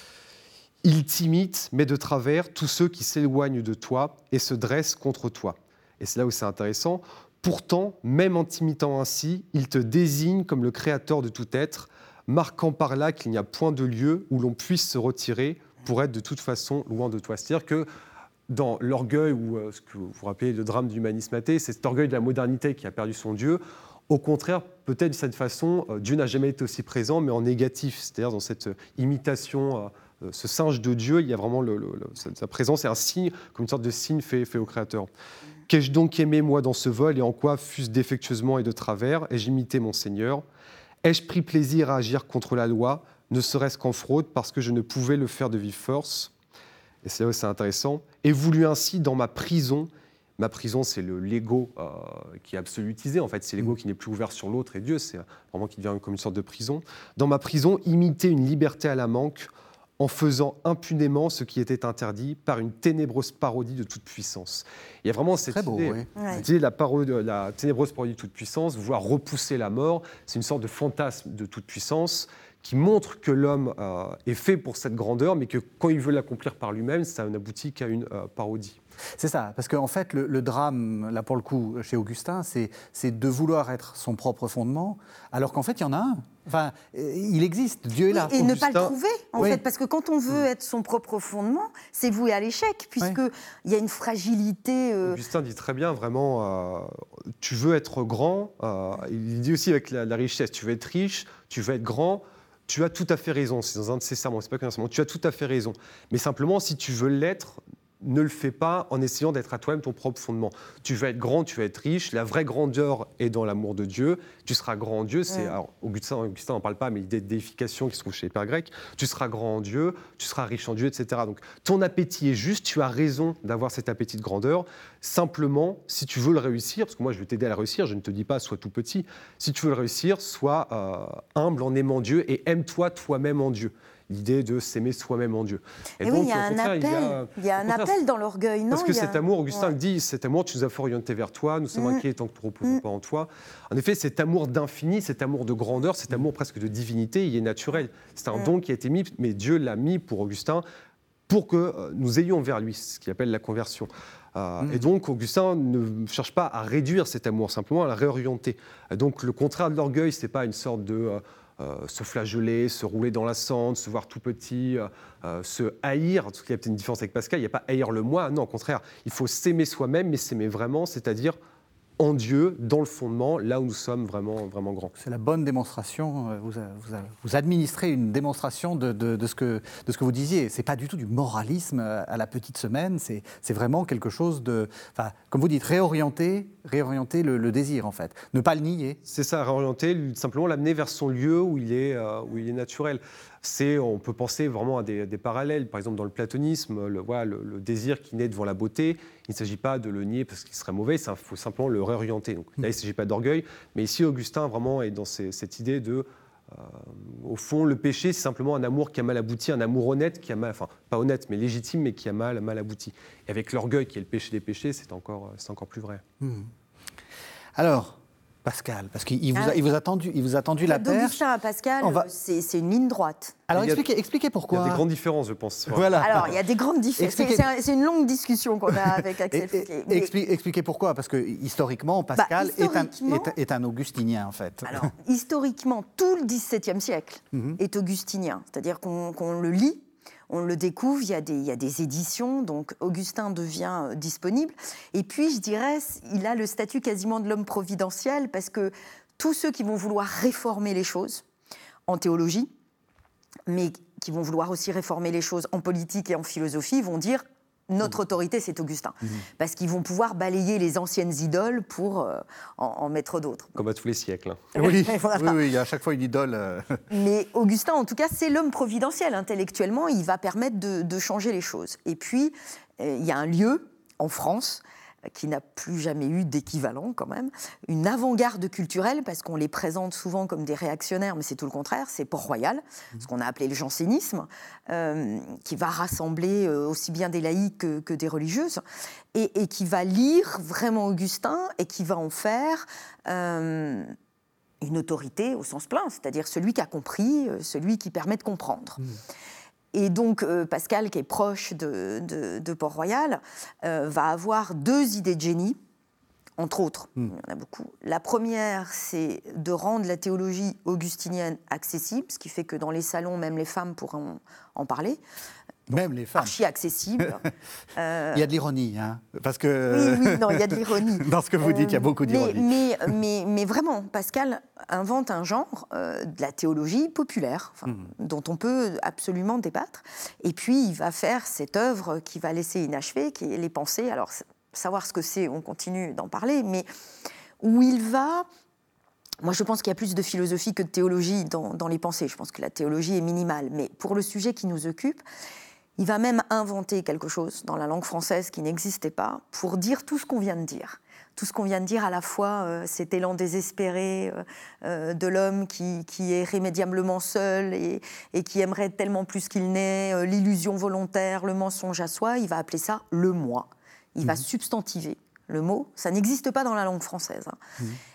Il t'imite, mais de travers, tous ceux qui s'éloignent de toi et se dressent contre toi. Et c'est là où c'est intéressant. Pourtant, même en t'imitant ainsi, il te désigne comme le créateur de tout être, marquant par là qu'il n'y a point de lieu où l'on puisse se retirer pour être de toute façon loin de toi. C'est-à-dire que dans l'orgueil, ou euh, ce que vous vous rappelez le drame de l'humanisme athée, c'est cet orgueil de la modernité qui a perdu son Dieu. Au contraire, peut-être de cette façon, euh, Dieu n'a jamais été aussi présent, mais en négatif. C'est-à-dire dans cette euh, imitation, euh, ce singe de Dieu, il y a vraiment le, le, le, sa, sa présence, et un signe, comme une sorte de signe fait, fait au Créateur. Qu'ai-je donc aimé, moi, dans ce vol, et en quoi fût-ce défectueusement et de travers, ai-je imité mon Seigneur? Ai-je pris plaisir à agir contre la loi, ne serait-ce qu'en fraude, parce que je ne pouvais le faire de vive force? Et c'est là où c'est intéressant. Et voulu ainsi, dans ma prison, ma prison, c'est le l'ego euh, qui est absolutisé, en fait, c'est l'ego qui n'est plus ouvert sur l'autre et Dieu, c'est vraiment qui devient comme une sorte de prison. Dans ma prison, imiter une liberté à la manque, en faisant impunément ce qui était interdit par une ténébreuse parodie de toute puissance. Il y a vraiment cette beau, idée, oui. cette idée de la, parodie, la ténébreuse parodie de toute puissance, vouloir repousser la mort, c'est une sorte de fantasme de toute puissance qui montre que l'homme euh, est fait pour cette grandeur, mais que quand il veut l'accomplir par lui-même, ça n'aboutit qu'à une euh, parodie. C'est ça, parce qu'en fait, le, le drame, là pour le coup, chez Augustin, c'est, c'est de vouloir être son propre fondement, alors qu'en fait, il y en a un. Enfin, il existe, Dieu est là. Oui, et Augustin... ne pas le trouver, en oui. fait, parce que quand on veut être son propre fondement, c'est voué à l'échec, puisqu'il oui. y a une fragilité... Euh... Augustin dit très bien, vraiment, euh, tu veux être grand, euh, il dit aussi avec la, la richesse, tu veux être riche, tu veux être grand, tu as tout à fait raison, c'est dans un de ses sermons, c'est pas qu'un sermon, tu as tout à fait raison. Mais simplement, si tu veux l'être, ne le fais pas en essayant d'être à toi-même ton propre fondement. Tu veux être grand, tu veux être riche. La vraie grandeur est dans l'amour de Dieu. Tu seras grand en Dieu. C'est, alors, Augustin, Augustin n'en parle pas, mais l'idée de déification qui se trouve chez les pères grecs. Tu seras grand en Dieu, tu seras riche en Dieu, et cetera. Donc, ton appétit est juste. Tu as raison d'avoir cet appétit de grandeur. Simplement, si tu veux le réussir, parce que moi, je vais t'aider à le réussir, je ne te dis pas sois tout petit. Si tu veux le réussir, sois euh, humble en aimant Dieu et aime-toi toi-même en Dieu. L'idée de s'aimer soi-même en Dieu. Et, et donc, oui, il y a un appel, il y a, il y a un appel dans l'orgueil, non? Parce que il y a... cet amour, Augustin ouais. le dit, cet amour, tu nous as fait orienter vers toi, nous sommes mmh. inquiets tant que nous ne reposons mmh. pas en toi. En effet, cet amour d'infini, cet amour de grandeur, cet amour presque de divinité, il est naturel. C'est un mmh. don qui a été mis, mais Dieu l'a mis pour Augustin, pour que nous ayons vers lui, ce qu'il appelle la conversion. Euh, mmh. Et donc, Augustin ne cherche pas à réduire cet amour, simplement à la réorienter. Donc, le contraire de l'orgueil, ce n'est pas une sorte de... Euh, Euh, se flageoler, se rouler dans la cendre, se voir tout petit, euh, euh, se haïr. Parce qu'il y a peut-être une différence avec Pascal, il n'y a pas haïr le moi, non, au contraire. Il faut s'aimer soi-même, mais s'aimer vraiment, c'est-à-dire en Dieu, dans le fondement, là où nous sommes vraiment, vraiment grands. C'est la bonne démonstration, vous, vous, vous administrez une démonstration de, de, de, ce que, de ce que vous disiez. Ce n'est pas du tout du moralisme à la petite semaine, c'est, c'est vraiment quelque chose de, enfin, comme vous dites, réorienter, réorienter le, le désir en fait, ne pas le nier. C'est ça, réorienter, simplement l'amener vers son lieu où il est, euh, où il est naturel. C'est, on peut penser vraiment à des, des parallèles. Par exemple, dans le platonisme, le, voilà, le, le désir qui naît devant la beauté, il ne s'agit pas de le nier parce qu'il serait mauvais, il faut simplement le réorienter. Donc, là, il ne s'agit pas d'orgueil, mais ici, Augustin vraiment est dans ces, cette idée de, euh, au fond, le péché, c'est simplement un amour qui a mal abouti, un amour honnête qui a mal, enfin, pas honnête, mais légitime, mais qui a mal, mal abouti. Et avec l'orgueil, qui est le péché des péchés, c'est encore, c'est encore plus vrai. Mmh. Alors, Pascal, parce qu'il vous, ah, il vous a tendu, il vous a tendu la perche. D'Augustin à Pascal, va... c'est, c'est une ligne droite. Alors expliquez, expliquez pourquoi. Il y a des grandes différences, je pense. Voilà. Alors, il y a des grandes différences. C'est, c'est, c'est une longue discussion qu'on a avec Axel Fouquet. Mais... Expliquez, expliquez pourquoi, parce que historiquement, Pascal bah, historiquement, est, un, est, est un augustinien, en fait. Alors, historiquement, tout le dix-septième siècle mm-hmm. est augustinien. C'est-à-dire qu'on, qu'on le lit, on le découvre, il y a des, il y a des éditions, donc Augustin devient euh, disponible. Et puis, je dirais, il a le statut quasiment de l'homme providentiel, parce que tous ceux qui vont vouloir réformer les choses en théologie, mais qui vont vouloir aussi réformer les choses en politique et en philosophie, vont dire notre autorité, c'est Augustin. Mmh. Parce qu'ils vont pouvoir balayer les anciennes idoles pour euh, en, en mettre d'autres. Comme à tous les siècles. Hein. Oui, voilà. oui, oui, il y a à chaque fois une idole. Euh... Mais Augustin, en tout cas, c'est l'homme providentiel. Intellectuellement, il va permettre de, de changer les choses. Et puis, euh, il y a un lieu en France qui n'a plus jamais eu d'équivalent quand même, une avant-garde culturelle, parce qu'on les présente souvent comme des réactionnaires, mais c'est tout le contraire, c'est Port-Royal, mmh. ce qu'on a appelé le jansénisme, euh, qui va rassembler euh, aussi bien des laïcs que, que des religieuses, et, et qui va lire vraiment Augustin, et qui va en faire euh, une autorité au sens plein, c'est-à-dire celui qui a compris, celui qui permet de comprendre. Mmh. Et donc, euh, Pascal, qui est proche de, de, de Port-Royal, euh, va avoir deux idées de génie, entre autres. Mm. Il y en a beaucoup. La première, c'est de rendre la théologie augustinienne accessible, ce qui fait que dans les salons, même les femmes pourront en parler. Donc, même les femmes. Archi-accessible. euh... Il y a de l'ironie, hein, parce que... Oui, oui, non, il y a de l'ironie. Dans ce que vous dites, il y a beaucoup d'ironie. Mais, mais, mais, mais vraiment, Pascal invente un genre euh, de la théologie populaire, enfin, mmh. dont on peut absolument débattre. Et puis, il va faire cette œuvre qui va laisser inachevée, qui est les pensées. Alors, savoir ce que c'est, on continue d'en parler, mais où il va... Moi, je pense qu'il y a plus de philosophie que de théologie dans, dans les pensées. Je pense que la théologie est minimale. Mais pour le sujet qui nous occupe, il va même inventer quelque chose dans la langue française qui n'existait pas pour dire tout ce qu'on vient de dire. Tout ce qu'on vient de dire, à la fois euh, cet élan désespéré euh, euh, de l'homme qui, qui est irrémédiablement seul et, et qui aimerait tellement plus qu'il n'est, euh, l'illusion volontaire, le mensonge à soi, il va appeler ça le moi. Il mmh. va substantiver le mot. Ça n'existe pas dans la langue française. Hein. Mmh.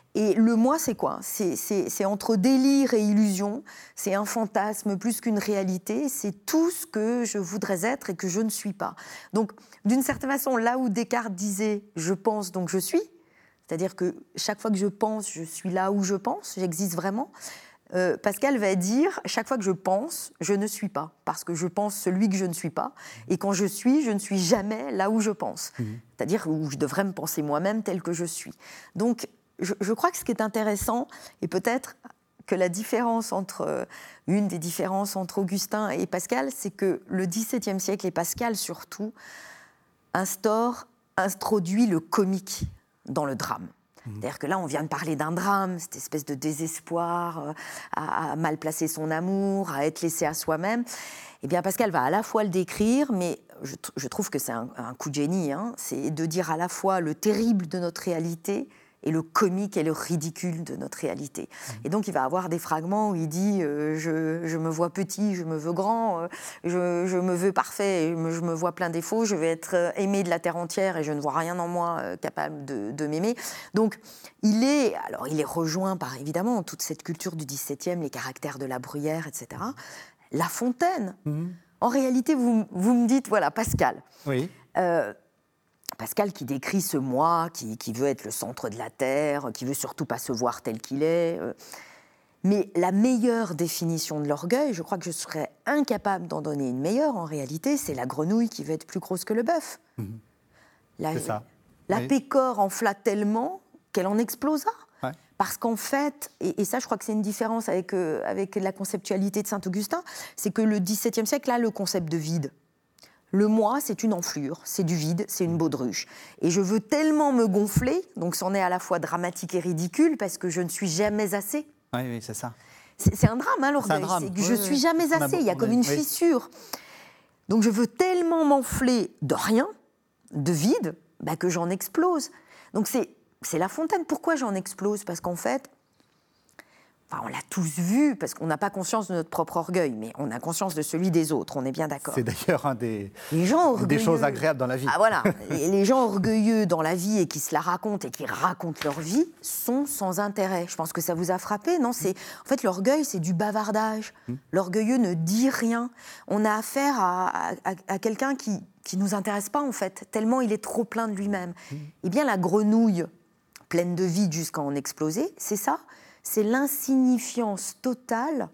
Et le moi, c'est quoi ? c'est, c'est, c'est entre délire et illusion, c'est un fantasme plus qu'une réalité, c'est tout ce que je voudrais être et que je ne suis pas. Donc, d'une certaine façon, là où Descartes disait « je pense, donc je suis », c'est-à-dire que chaque fois que je pense, je suis là où je pense, j'existe vraiment, euh, Pascal va dire « chaque fois que je pense, je ne suis pas », parce que je pense celui que je ne suis pas, et quand je suis, je ne suis jamais là où je pense, mmh. c'est-à-dire où je devrais me penser moi-même tel que je suis. Donc, Je, je crois que ce qui est intéressant, et peut-être que la différence entre, euh, une des différences entre Augustin et Pascal, c'est que le dix-septième siècle, et Pascal surtout, instaure, introduit le comique dans le drame. Mmh. C'est-à-dire que là, on vient de parler d'un drame, cette espèce de désespoir, euh, à, à mal placer son amour, à être laissé à soi-même. Eh bien, Pascal va à la fois le décrire, mais je, je trouve que c'est un, un coup de génie, hein, c'est de dire à la fois le terrible de notre réalité et le comique et le ridicule de notre réalité. Mmh. Et donc, il va avoir des fragments où il dit euh, je, je me vois petit, je me veux grand, euh, je, je me veux parfait, je me, je me vois plein défauts, je vais être aimé de la terre entière et je ne vois rien en moi euh, capable de, de m'aimer. » Donc, il est, alors, il est rejoint par, évidemment, toute cette culture du dix-septième, les caractères de la Bruyère, et cetera. La Fontaine. Mmh. En réalité, vous, vous me dites, voilà, Pascal. Oui. Euh, Pascal qui décrit ce moi, qui, qui veut être le centre de la Terre, qui veut surtout pas se voir tel qu'il est. Mais la meilleure définition de l'orgueil, je crois que je serais incapable d'en donner une meilleure en réalité, c'est la grenouille qui veut être plus grosse que le bœuf. Mmh. La, c'est ça. La oui. pécore enfla tellement qu'elle en explosa. Ouais. Parce qu'en fait, et, et ça je crois que c'est une différence avec, euh, avec la conceptualité de Saint-Augustin, c'est que le dix-septième siècle a le concept de vide. Le moi, c'est une enflure, c'est du vide, c'est une baudruche. Et je veux tellement me gonfler, donc c'en est à la fois dramatique et ridicule, parce que je ne suis jamais assez. Oui, oui, c'est ça. C'est, c'est un drame, hein, l'orgueil. C'est un drame. C'est que oui, je oui. suis jamais assez, il y a comme a, une oui. fissure. Donc je veux tellement m'enfler de rien, de vide, bah, que j'en explose. Donc c'est, c'est La Fontaine. Pourquoi j'en explose ? Parce qu'en fait, enfin, on l'a tous vu, parce qu'on n'a pas conscience de notre propre orgueil, mais on a conscience de celui des autres, on est bien d'accord. C'est d'ailleurs un des, les gens orgueilleux, des choses agréables dans la vie. Ah voilà, les, les gens orgueilleux dans la vie et qui se la racontent et qui racontent leur vie sont sans intérêt. Je pense que ça vous a frappé, non ? C'est, en fait, l'orgueil, c'est du bavardage. Mmh. L'orgueilleux ne dit rien. On a affaire à, à, à quelqu'un qui qui nous intéresse pas, en fait, tellement il est trop plein de lui-même. Mmh. Eh bien, la grenouille, pleine de vide jusqu'à en exploser, c'est ça ? C'est l'insignifiance totale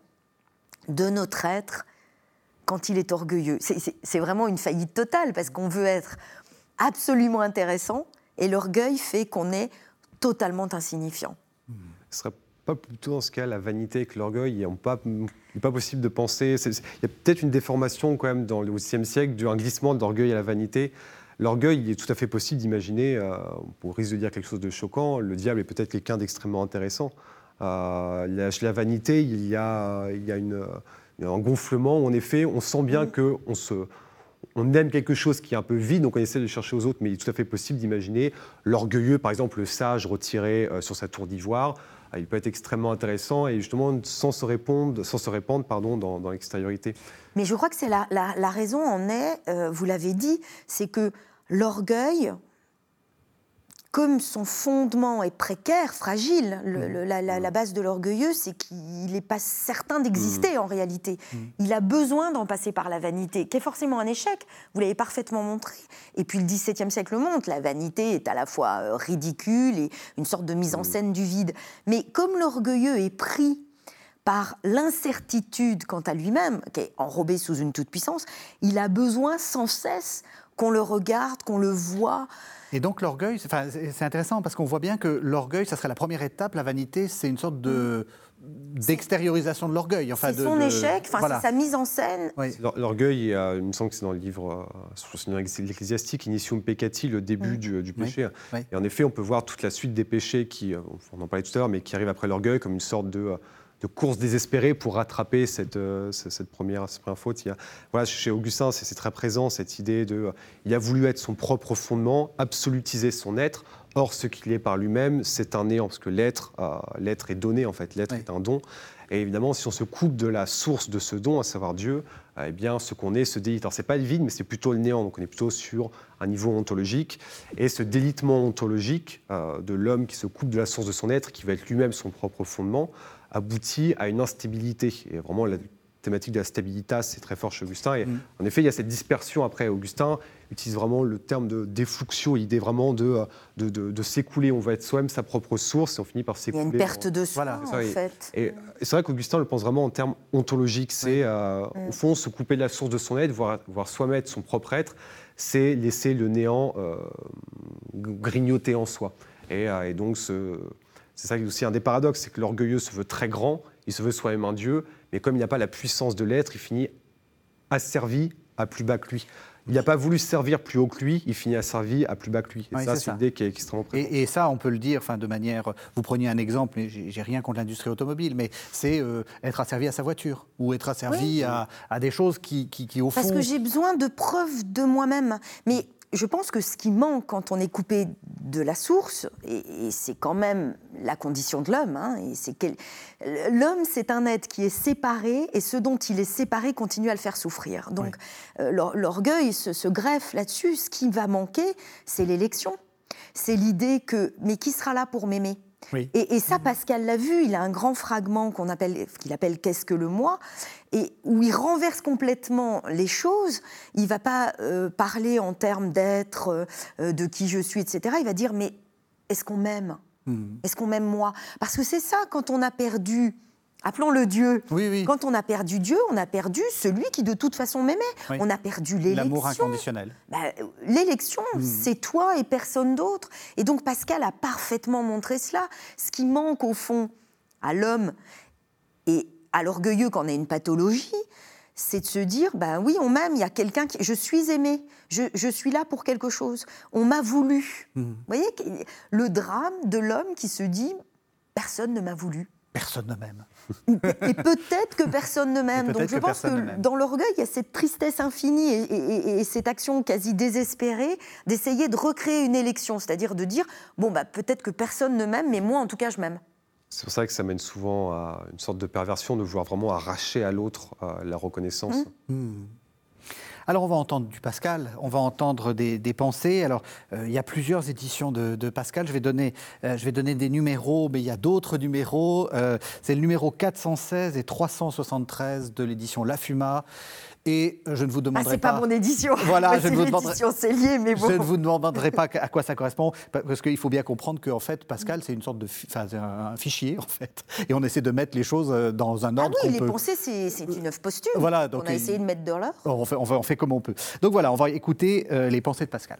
de notre être quand il est orgueilleux. C'est, c'est, c'est vraiment une faillite totale, parce qu'on veut être absolument intéressant, et l'orgueil fait qu'on est totalement insignifiant. Ce serait pas plutôt dans ce cas la vanité avec l'orgueil ? Il n'est pas, pas possible de penser... C'est, il y a peut-être une déformation quand même dans le dix-septième siècle, d'un glissement de l'orgueil à la vanité. L'orgueil, il est tout à fait possible d'imaginer, euh, on risque de dire quelque chose de choquant, le diable est peut-être quelqu'un d'extrêmement intéressant. Euh, la, la vanité, il y a, il y a une, un gonflement où en effet, on sent bien mmh. qu'on se, on aime quelque chose qui est un peu vide, donc on essaie de chercher aux autres, mais il est tout à fait possible d'imaginer l'orgueilleux, par exemple le sage retiré euh, sur sa tour d'ivoire. Euh, il peut être extrêmement intéressant et justement sans se répandre, sans se répandre pardon, dans, dans l'extériorité. Mais je crois que c'est la, la, la raison en est, euh, vous l'avez dit, c'est que l'orgueil, comme son fondement est précaire, fragile, le, le, la, la, la base de l'orgueilleux, c'est qu'il n'est pas certain d'exister mmh. en réalité. Mmh. Il a besoin d'en passer par la vanité, qui est forcément un échec, vous l'avez parfaitement montré. Et puis le dix-septième siècle le montre, la vanité est à la fois euh, ridicule et une sorte de mise en scène mmh. du vide. Mais comme l'orgueilleux est pris par l'incertitude quant à lui-même, qui est enrobé sous une toute-puissance, il a besoin sans cesse qu'on le regarde, qu'on le voit. Et donc l'orgueil, c'est, enfin, c'est intéressant parce qu'on voit bien que l'orgueil, ça serait la première étape, la vanité, c'est une sorte de, d'extériorisation de l'orgueil. Enfin, c'est de, son de... échec, enfin, voilà. c'est sa mise en scène. Oui. L'orgueil, il me semble que c'est dans le livre sur l'Ecclésiastique, Initium Peccati, le début oui. du, du péché. Oui. Oui. Et en effet, on peut voir toute la suite des péchés, qui, on en parlait tout à l'heure, mais qui arrivent après l'orgueil comme une sorte de... de course désespérée pour rattraper cette, euh, cette, première, cette première faute. Il y a, voilà, chez Augustin, c'est, c'est très présent, cette idée de... Euh, il a voulu être son propre fondement, absolutiser son être, Or, ce qu'il est par lui-même, c'est un néant, parce que l'être, euh, l'être est donné, en fait, l'être Oui. est un don. Et évidemment, si on se coupe de la source de ce don, à savoir Dieu, eh bien, ce qu'on est se délite. Alors, ce n'est pas le vide, mais c'est plutôt le néant, donc on est plutôt sur un niveau ontologique. Et ce délitement ontologique euh, de l'homme qui se coupe de la source de son être, qui va être lui-même son propre fondement, aboutit à une instabilité. Et vraiment, la thématique de la stabilitas, c'est très fort chez Augustin. Et Mm. en effet, il y a cette dispersion. Après, Augustin utilise vraiment le terme de défluxio, l'idée vraiment de, de, de, de s'écouler. On va être soi-même sa propre source et on finit par Il y a s'écouler. une perte de soi, Voilà, c'est en ça, et- fait. Et, et c'est vrai qu'Augustin le pense vraiment en termes ontologiques. C'est, euh, Mm. au fond, se couper de la source de son être, voir, voir soi-même être son propre être, c'est laisser le néant euh, grignoter en soi. Et, euh, et donc, ce, c'est ça qui est aussi un des paradoxes, c'est que l'orgueilleux se veut très grand, il se veut soi-même un dieu, mais comme il n'a pas la puissance de l'être, il finit asservi à plus bas que lui. Il n'a pas voulu servir plus haut que lui, il finit asservi à plus bas que lui. Et Oui, ça, c'est c'est ça. une idée qui est extrêmement présente. Et, et ça, on peut le dire, enfin, de manière. Vous preniez un exemple, mais j'ai j'ai rien contre l'industrie automobile, mais c'est euh, être asservi à sa voiture ou être asservi Oui. à, à des choses qui, qui, qui, au fond. Parce que j'ai besoin de preuves de moi-même. Mais je pense que ce qui manque quand on est coupé de la source, et, et c'est quand même la condition de l'homme, hein, et c'est quel... l'homme, c'est un être qui est séparé, et ce dont il est séparé continue à le faire souffrir. Donc Oui. euh, l'or- l'orgueil se, se greffe là-dessus. Ce qui va manquer, c'est l'élection. C'est l'idée que, mais qui sera là pour m'aimer ? Oui. Et, et ça, Pascal l'a vu, il a un grand fragment qu'on appelle, qu'il appelle « Qu'est-ce que le moi ?» et où il renverse complètement les choses. Il ne va pas euh, parler en termes d'être, euh, de qui je suis, et cetera. Il va dire « Mais est-ce qu'on m'aime ? Mhm. Est-ce qu'on m'aime moi ?» Parce que c'est ça, quand on a perdu, appelons-le Dieu, Oui, oui. quand on a perdu Dieu, on a perdu celui qui de toute façon m'aimait. Oui. On a perdu l'élection. L'amour inconditionnel. Bah, l'élection, Mmh. c'est toi et personne d'autre. Et donc Pascal a parfaitement montré cela. Ce qui manque au fond à l'homme et à l'orgueilleux quand on a une pathologie, c'est de se dire, ben oui, on m'aime, il y a quelqu'un qui... Je suis aimé, je, je suis là pour quelque chose. On m'a voulu. Mhm. Vous voyez, le drame de l'homme qui se dit, personne ne m'a voulu. Personne ne m'aime. Et peut-être que personne ne Et m'aime. peut-être Donc je que pense personne ne que m'aime. dans l'orgueil, il y a cette tristesse infinie et, et- et cette action quasi désespérée d'essayer de recréer une élection, c'est-à-dire de dire, bon, bah, peut-être que personne ne m'aime, mais moi, en tout cas, je m'aime. C'est pour ça que ça mène souvent à une sorte de perversion de vouloir vraiment arracher à l'autre euh, la reconnaissance. Mmh. Hmm. Alors, on va entendre du Pascal, on va entendre des, des pensées. Alors, euh, il y a plusieurs éditions de, de Pascal. Je vais, donner, euh, je vais donner des numéros, mais il y a d'autres numéros. Euh, c'est le numéro quatre cent seize et trois cent soixante-treize de l'édition La Fuma. Et je ne vous Ah, demanderai c'est pas, pas... mon édition. Voilà, Moi, je c'est ne vous demanderai- l'édition, c'est lié, mais bon. Je ne vous demanderai pas à quoi ça correspond, parce qu'il faut bien comprendre qu'en fait, Pascal, c'est une sorte de fi- enfin, c'est un fichier, en fait. Et on essaie de mettre les choses dans un Ah ordre oui, qu'on les peut... pensées, c'est, c'est une œuvre posthume. Voilà, donc on a il- essayé de mettre de l'heure. On fait, on, fait, on fait comme on peut. Donc voilà, on va écouter euh, les pensées de Pascal.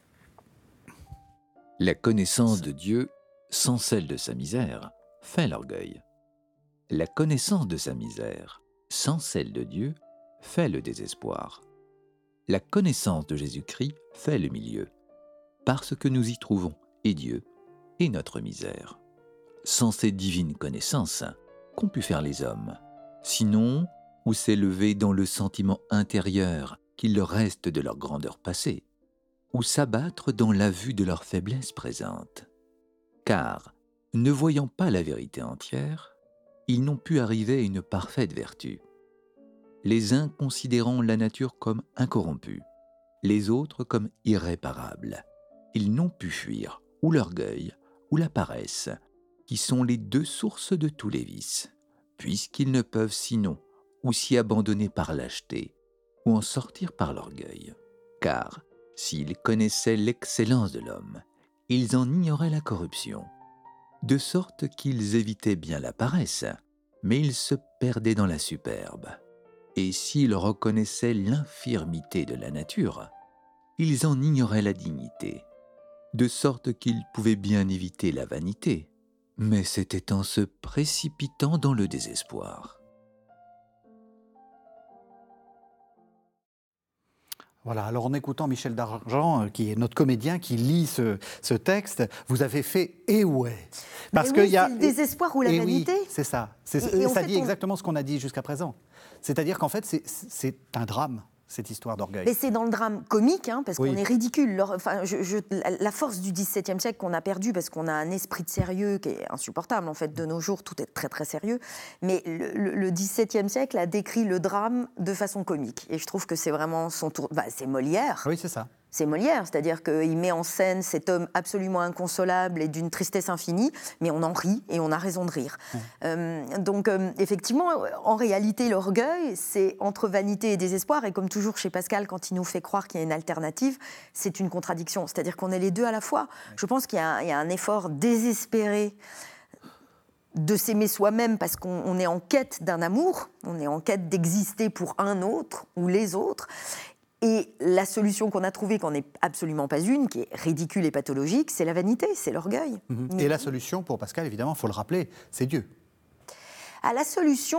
La connaissance de Dieu, sans celle de sa misère, fait l'orgueil. La connaissance de sa misère, sans celle de Dieu, fait le désespoir. La connaissance de Jésus-Christ fait le milieu, parce que nous y trouvons et Dieu et notre misère. Sans ces divines connaissances, qu'ont pu faire les hommes? Sinon, ou s'élever dans le sentiment intérieur qu'il leur reste de leur grandeur passée, ou s'abattre dans la vue de leur faiblesse présente. Car, ne voyant pas la vérité entière, ils n'ont pu arriver à une parfaite vertu. Les uns considérant la nature comme incorrompue, les autres comme irréparable. Ils n'ont pu fuir ou l'orgueil ou la paresse, qui sont les deux sources de tous les vices, puisqu'ils ne peuvent sinon ou s'y abandonner par lâcheté, ou en sortir par l'orgueil. Car, s'ils connaissaient l'excellence de l'homme, ils en ignoraient la corruption, de sorte qu'ils évitaient bien la paresse, mais ils se perdaient dans la superbe. Et s'ils reconnaissaient l'infirmité de la nature, ils en ignoraient la dignité, de sorte qu'ils pouvaient bien éviter la vanité, mais c'était en se précipitant dans le désespoir. Voilà, alors en écoutant Michel Dargent, euh, qui est notre comédien, qui lit ce, ce texte, vous avez fait « et ouais ». Parce Mais que oui, y a, c'est le désespoir ou la et vanité. Oui, c'est ça. C'est, Et- et en ça fait, dit on- exactement ce qu'on a dit jusqu'à présent. C'est-à-dire qu'en fait, c'est, c'est un drame. cette histoire d'orgueil. Mais c'est dans le drame comique, hein, parce oui. qu'on est ridicule. Enfin, je, je, la force du dix-septième siècle qu'on a perdue, parce qu'on a un esprit de sérieux qui est insupportable. En fait, de nos jours, tout est très très sérieux. Mais le, le, le dix-septième siècle a décrit le drame de façon comique. Et je trouve que c'est vraiment son tour. Bah, c'est Molière. Oui, c'est ça. C'est Molière, c'est-à-dire qu'il met en scène cet homme absolument inconsolable et d'une tristesse infinie, mais on en rit et on a raison de rire. Mmh. Euh, donc, euh, effectivement, en réalité, l'orgueil, c'est entre vanité et désespoir, et comme toujours chez Pascal, quand il nous fait croire qu'il y a une alternative, c'est une contradiction, c'est-à-dire qu'on est les deux à la fois. Mmh. Je pense qu'il y a, il y a un effort désespéré de s'aimer soi-même parce qu'on est en quête d'un amour, on est en quête d'exister pour un autre ou les autres. Et la solution qu'on a trouvée, qu'on n'est absolument pas une, qui est ridicule et pathologique, c'est la vanité, c'est l'orgueil. Mmh. Et la solution, pour Pascal, évidemment, il faut le rappeler, c'est Dieu. À la solution,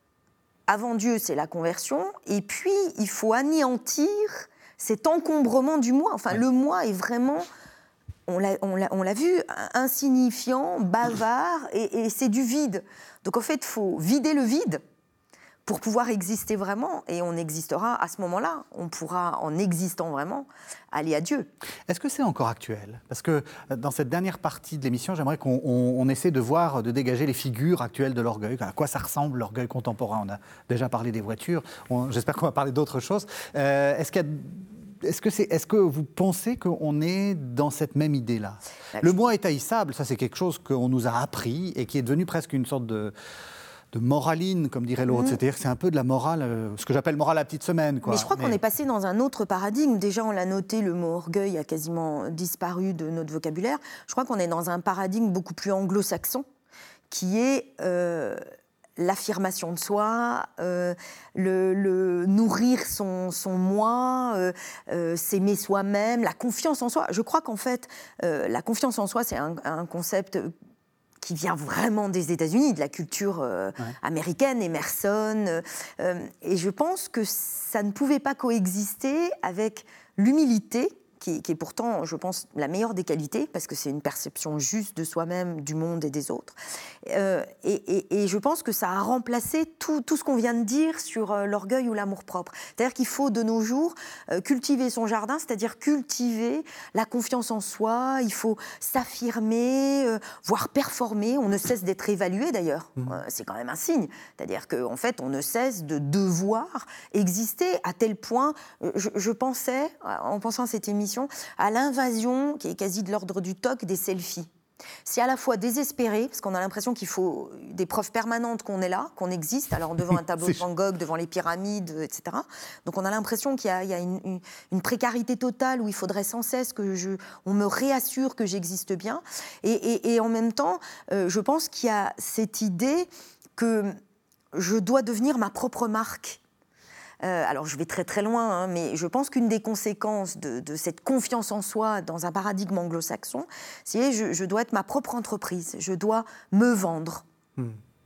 avant Dieu, c'est la conversion. Et puis, il faut anéantir cet encombrement du moi. Enfin, oui. Le moi est vraiment, on l'a, on l'a, on l'a vu, insignifiant, bavard, et, et c'est du vide. Donc, en fait, il faut vider le vide pour pouvoir exister vraiment, et on existera à ce moment-là. On pourra, en existant vraiment, aller à Dieu. Est-ce que c'est encore actuel ? Parce que dans cette dernière partie de l'émission, j'aimerais qu'on on, on essaie de voir, de dégager les figures actuelles de l'orgueil. À quoi ça ressemble, l'orgueil contemporain ? On a déjà parlé des voitures, on, j'espère qu'on va parler d'autres choses. Euh, est-ce qu'il y a... Est-ce que, c'est, est-ce que vous pensez qu'on est dans cette même idée-là ? Le moi est haïssable, ça c'est quelque chose qu'on nous a appris et qui est devenu presque une sorte de... de moraline, comme dirait l'autre. Mmh. C'est-à-dire que c'est un peu de la morale, euh, ce que j'appelle morale à petite semaine, quoi. Mais je crois Mais... qu'on est passé dans un autre paradigme. Déjà, on l'a noté, le mot orgueil a quasiment disparu de notre vocabulaire. Je crois qu'on est dans un paradigme beaucoup plus anglo-saxon, qui est euh, l'affirmation de soi, euh, le, le nourrir son, son moi, euh, euh, s'aimer soi-même, la confiance en soi. Je crois qu'en fait, euh, la confiance en soi, c'est un, un concept qui vient vraiment des États-Unis, de la culture euh, ouais. américaine, Emerson. Euh, et je pense que ça ne pouvait pas coexister avec l'humilité, qui, qui est pourtant, je pense, la meilleure des qualités, parce que c'est une perception juste de soi-même, du monde et des autres. Euh, et, et, et je pense que ça a remplacé tout, tout ce qu'on vient de dire sur euh, l'orgueil ou l'amour-propre. C'est-à-dire qu'il faut, de nos jours, euh, cultiver son jardin, c'est-à-dire cultiver la confiance en soi, il faut s'affirmer, euh, voire performer. On ne cesse d'être évalué, d'ailleurs. Mmh. Euh, c'est quand même un signe. C'est-à-dire qu'en fait, on ne cesse de devoir exister à tel point... Euh, je, je pensais, en pensant à cette émission, à l'invasion, qui est quasi de l'ordre du toc, des selfies. C'est à la fois désespéré, parce qu'on a l'impression qu'il faut des preuves permanentes qu'on est là, qu'on existe, alors devant un tableau de Van Gogh, devant les pyramides, et cetera. Donc on a l'impression qu'il y a, il y a une, une, une précarité totale où il faudrait sans cesse que je, on me réassure que j'existe bien. Et, et, et en même temps, euh, je pense qu'il y a cette idée que je dois devenir ma propre marque. Euh, alors je vais très très loin, hein, mais je pense qu'une des conséquences de, de cette confiance en soi dans un paradigme anglo-saxon, c'est je, je dois être ma propre entreprise, je dois me vendre. Hmm.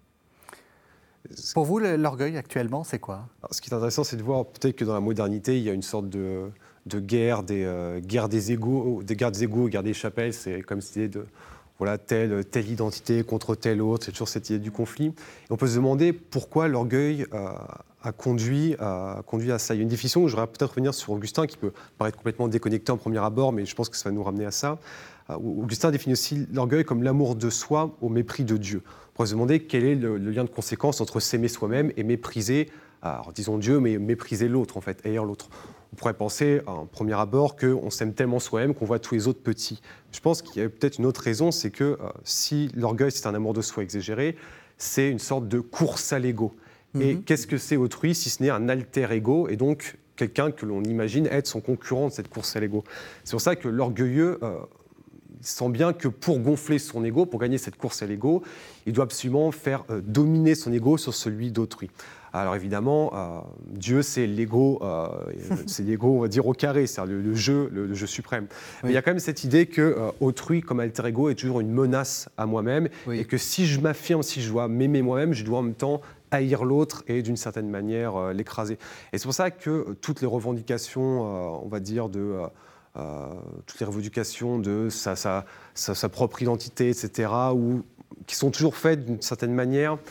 Pour vous, l'orgueil actuellement, c'est quoi ? Alors, ce qui est intéressant, c'est de voir peut-être que dans la modernité, il y a une sorte de, de guerre, des, euh, guerre des égaux, des guerres des égaux, guerre des chapelles, c'est comme cette idée de... Voilà, telle, telle identité contre telle autre, c'est toujours cette idée du conflit. Et on peut se demander pourquoi l'orgueil euh, a, conduit, a conduit à ça. Il y a une définition, je voudrais peut-être revenir sur Augustin, qui peut paraître complètement déconnecté en premier abord, mais je pense que ça va nous ramener à ça. Euh, Augustin définit aussi l'orgueil comme l'amour de soi au mépris de Dieu. On pourrait se demander quel est le, le lien de conséquence entre s'aimer soi-même et mépriser, alors disons Dieu, mais mépriser l'autre, en fait, haïr l'autre. On pourrait penser, à un premier abord, qu'on s'aime tellement soi-même qu'on voit tous les autres petits. Je pense qu'il y a peut-être une autre raison, c'est que euh, si l'orgueil, c'est un amour de soi exagéré, c'est une sorte de course à l'ego. Mm-hmm. Et qu'est-ce que c'est autrui, si ce n'est un alter ego, et donc quelqu'un que l'on imagine être son concurrent de cette course à l'ego. C'est pour ça que l'orgueilleux euh, sent bien que pour gonfler son ego, pour gagner cette course à l'ego, il doit absolument faire euh, dominer son ego sur celui d'autrui. Alors évidemment, euh, Dieu, c'est l'ego, euh, c'est l'ego, on va dire, au carré, c'est-à-dire le, le, jeu, le, le jeu suprême. Oui. Mais il y a quand même cette idée que euh, autrui, comme alter ego, est toujours une menace à moi-même, oui. Et que si je m'affirme, si je dois m'aimer moi-même, je dois en même temps haïr l'autre et d'une certaine manière euh, l'écraser. Et c'est pour ça que euh, toutes les revendications, euh, on va dire, de... Euh, euh, toutes les revendications de sa, sa, sa, sa propre identité, et cetera, ou, qui sont toujours faites d'une certaine manière...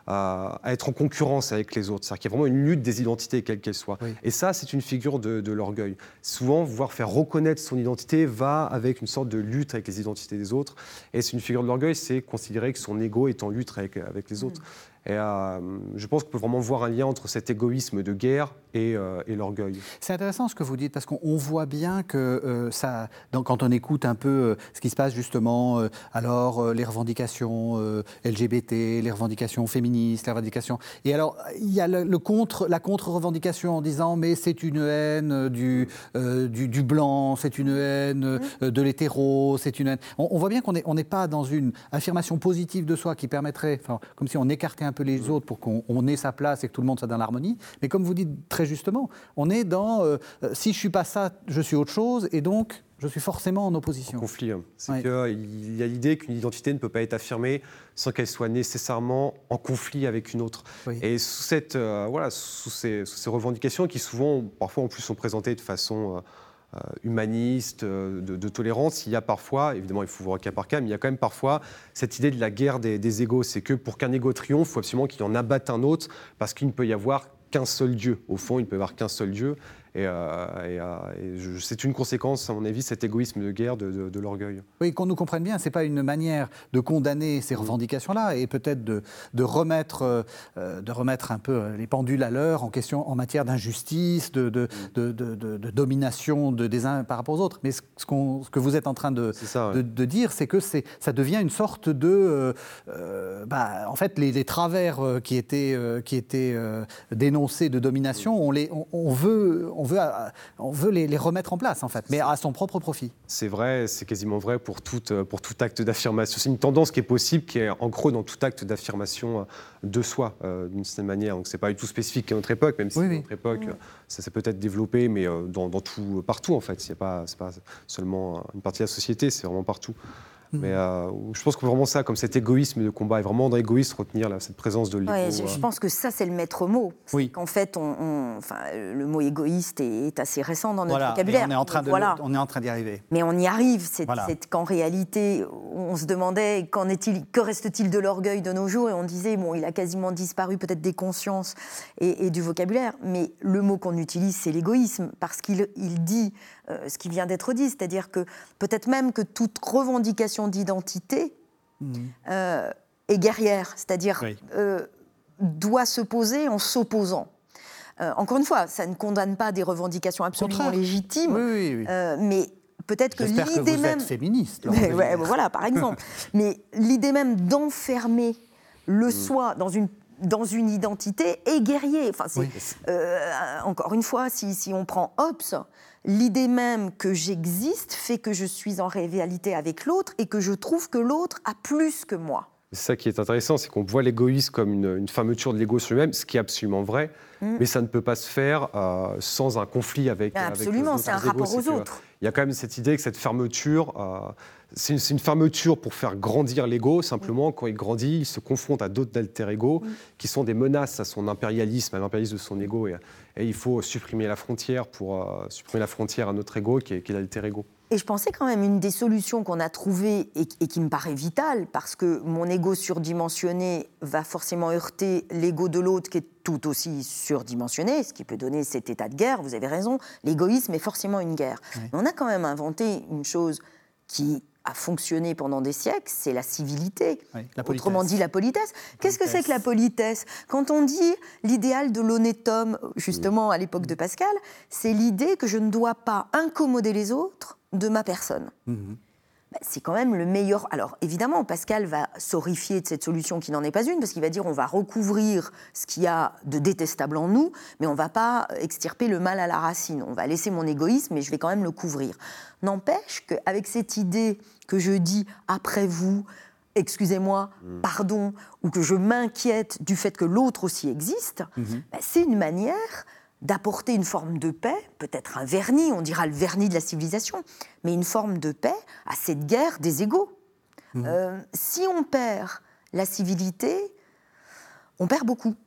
à, à être en concurrence avec les autres. C'est-à-dire qu'il y a vraiment une lutte des identités, quelle qu'elle soit. Oui. Et ça, c'est une figure de, de l'orgueil. Souvent, vouloir faire reconnaître son identité va avec une sorte de lutte avec les identités des autres. Et c'est une figure de l'orgueil, c'est considérer que son ego est en lutte avec, avec les autres. Mmh. Et euh, je pense qu'on peut vraiment voir un lien entre cet égoïsme de guerre et, euh, et l'orgueil. C'est intéressant ce que vous dites, parce qu'on voit bien que euh, ça, donc, quand on écoute un peu euh, ce qui se passe justement, euh, alors euh, les revendications euh, L G B T, les revendications féministes, les revendications... Et alors, il y a le, le contre, la contre-revendication en disant « mais c'est une haine du, euh, du, du blanc, c'est une haine euh, de l'hétéro, c'est une haine... » On, on voit bien qu'on n'est on n'est pas dans une affirmation positive de soi qui permettrait, enfin, comme si on écartait un un peu les autres pour qu'on on ait sa place et que tout le monde soit dans l'harmonie. Mais comme vous dites très justement, on est dans euh, si je ne suis pas ça, je suis autre chose, et donc je suis forcément en opposition. En conflit. Hein. C'est ouais. qu'il y a l'idée qu'une identité ne peut pas être affirmée sans qu'elle soit nécessairement en conflit avec une autre. Oui. Et sous, cette, euh, voilà, sous, ces, sous ces revendications qui souvent, parfois en plus, sont présentées de façon... Euh, Euh, humaniste, euh, de, de tolérance, il y a parfois, évidemment il faut voir cas par cas, mais il y a quand même parfois cette idée de la guerre des, des égos. C'est que pour qu'un égo triomphe, il faut absolument qu'il en abatte un autre, parce qu'il ne peut y avoir qu'un seul Dieu. Au fond, il ne peut y avoir qu'un seul Dieu. Et, euh, et, euh, et je, c'est une conséquence, à mon avis, cet égoïsme de guerre, de, de, de l'orgueil. Oui, qu'on nous comprenne bien, ce n'est pas une manière de condamner ces revendications-là et peut-être de, de, remettre, euh, de remettre un peu les pendules à l'heure en question en matière d'injustice, de, de, de, de, de, de domination de, des uns par rapport aux autres. Mais ce, qu'on, ce que vous êtes en train de, ça, ouais. de, de dire, c'est que c'est, ça devient une sorte de... Euh, euh, bah, en fait, les, les travers qui étaient, euh, qui étaient euh, dénoncés de domination, on, les, on, on veut... On veut, on veut les, les remettre en place, en fait, mais à son propre profit. C'est vrai, c'est quasiment vrai pour tout, pour tout acte d'affirmation. C'est une tendance qui est possible, qui est en gros dans tout acte d'affirmation de soi, euh, d'une certaine manière. Donc, c'est pas du tout spécifique à notre époque, même si oui, à notre oui. époque, oui. ça s'est peut-être développé, mais dans, dans tout, partout, en fait. C'est pas, c'est pas seulement une partie de la société, c'est vraiment partout. Mais euh, je pense que vraiment ça, comme cet égoïsme de combat, est vraiment dans l'égoïsme, retenir là, cette présence de l'ego. Ouais, je, je pense que ça, c'est le maître mot. Oui. Qu'en fait, on, on, enfin, le mot égoïste est, est assez récent dans notre voilà. vocabulaire. Et on est en train de, voilà. on est en train d'y arriver. Mais on y arrive. C'est, voilà. c'est qu'en réalité, on se demandait qu'en est-il, que reste-t-il de l'orgueil de nos jours, et on disait bon, il a quasiment disparu peut-être des consciences et, et du vocabulaire. Mais le mot qu'on utilise, c'est l'égoïsme, parce qu'il il dit euh, ce qui vient d'être dit, c'est-à-dire que peut-être même que toute revendication d'identité Mmh. Euh, est guerrière, c'est-à-dire oui. euh, doit se poser en s'opposant. Euh, encore une fois, ça ne condamne pas des revendications absolument Contraire. légitimes, oui, oui, oui. Euh, mais peut-être que J'espère l'idée que vous même... êtes féministe. Mais, ouais, voilà, par exemple. Mais l'idée même d'enfermer le mmh. soi dans une dans une identité est guerrier. Enfin, c'est, oui. euh, encore une fois, si, si on prend Hobbes, l'idée même que j'existe fait que je suis en réalité avec l'autre et que je trouve que l'autre a plus que moi. C'est ça qui est intéressant, c'est qu'on voit l'égoïsme comme une, une fermeture de l'ego sur lui-même, ce qui est absolument vrai, mmh. mais ça ne peut pas se faire euh, sans un conflit avec, ah, avec absolument, c'est un égos. rapport aux c'est autres. Il y a quand même cette idée que cette fermeture, euh, c'est, une, c'est une fermeture pour faire grandir l'ego. Simplement, mmh. quand il grandit, il se confronte à d'autres alter-ego mmh. qui sont des menaces à son impérialisme, à l'impérialisme de son ego. Et, et il faut supprimer la frontière pour euh, supprimer la frontière à notre ego, qui est, qui est l'alter-ego. Et je pensais quand même une des solutions qu'on a trouvées et, et qui me paraît vitale, parce que mon ego surdimensionné va forcément heurter l'ego de l'autre qui est tout aussi surdimensionné, ce qui peut donner cet état de guerre. Vous avez raison, l'égoïsme est forcément une guerre. Oui. Mais on a quand même inventé une chose qui a fonctionné pendant des siècles, c'est la civilité. Oui, la Autrement dit, la politesse. Qu'est-ce que c'est que la politesse ? Quand on dit l'idéal de l'honnête homme, justement à l'époque de Pascal, c'est l'idée que je ne dois pas incommoder les autres de ma personne. Mmh. Ben, c'est quand même le meilleur... Alors, évidemment, Pascal va s'horrifier de cette solution qui n'en est pas une, parce qu'il va dire on va recouvrir ce qu'il y a de détestable en nous, mais on ne va pas extirper le mal à la racine. On va laisser mon égoïsme, mais je vais quand même le couvrir. N'empêche qu'avec cette idée que je dis « après vous », excusez-moi, mmh. pardon, ou que je m'inquiète du fait que l'autre aussi existe, mmh. ben, c'est une manière d'apporter une forme de paix, peut-être un vernis, on dira le vernis de la civilisation, mais une forme de paix à cette guerre des égos. Mmh. Euh, si on perd la civilité, on perd beaucoup.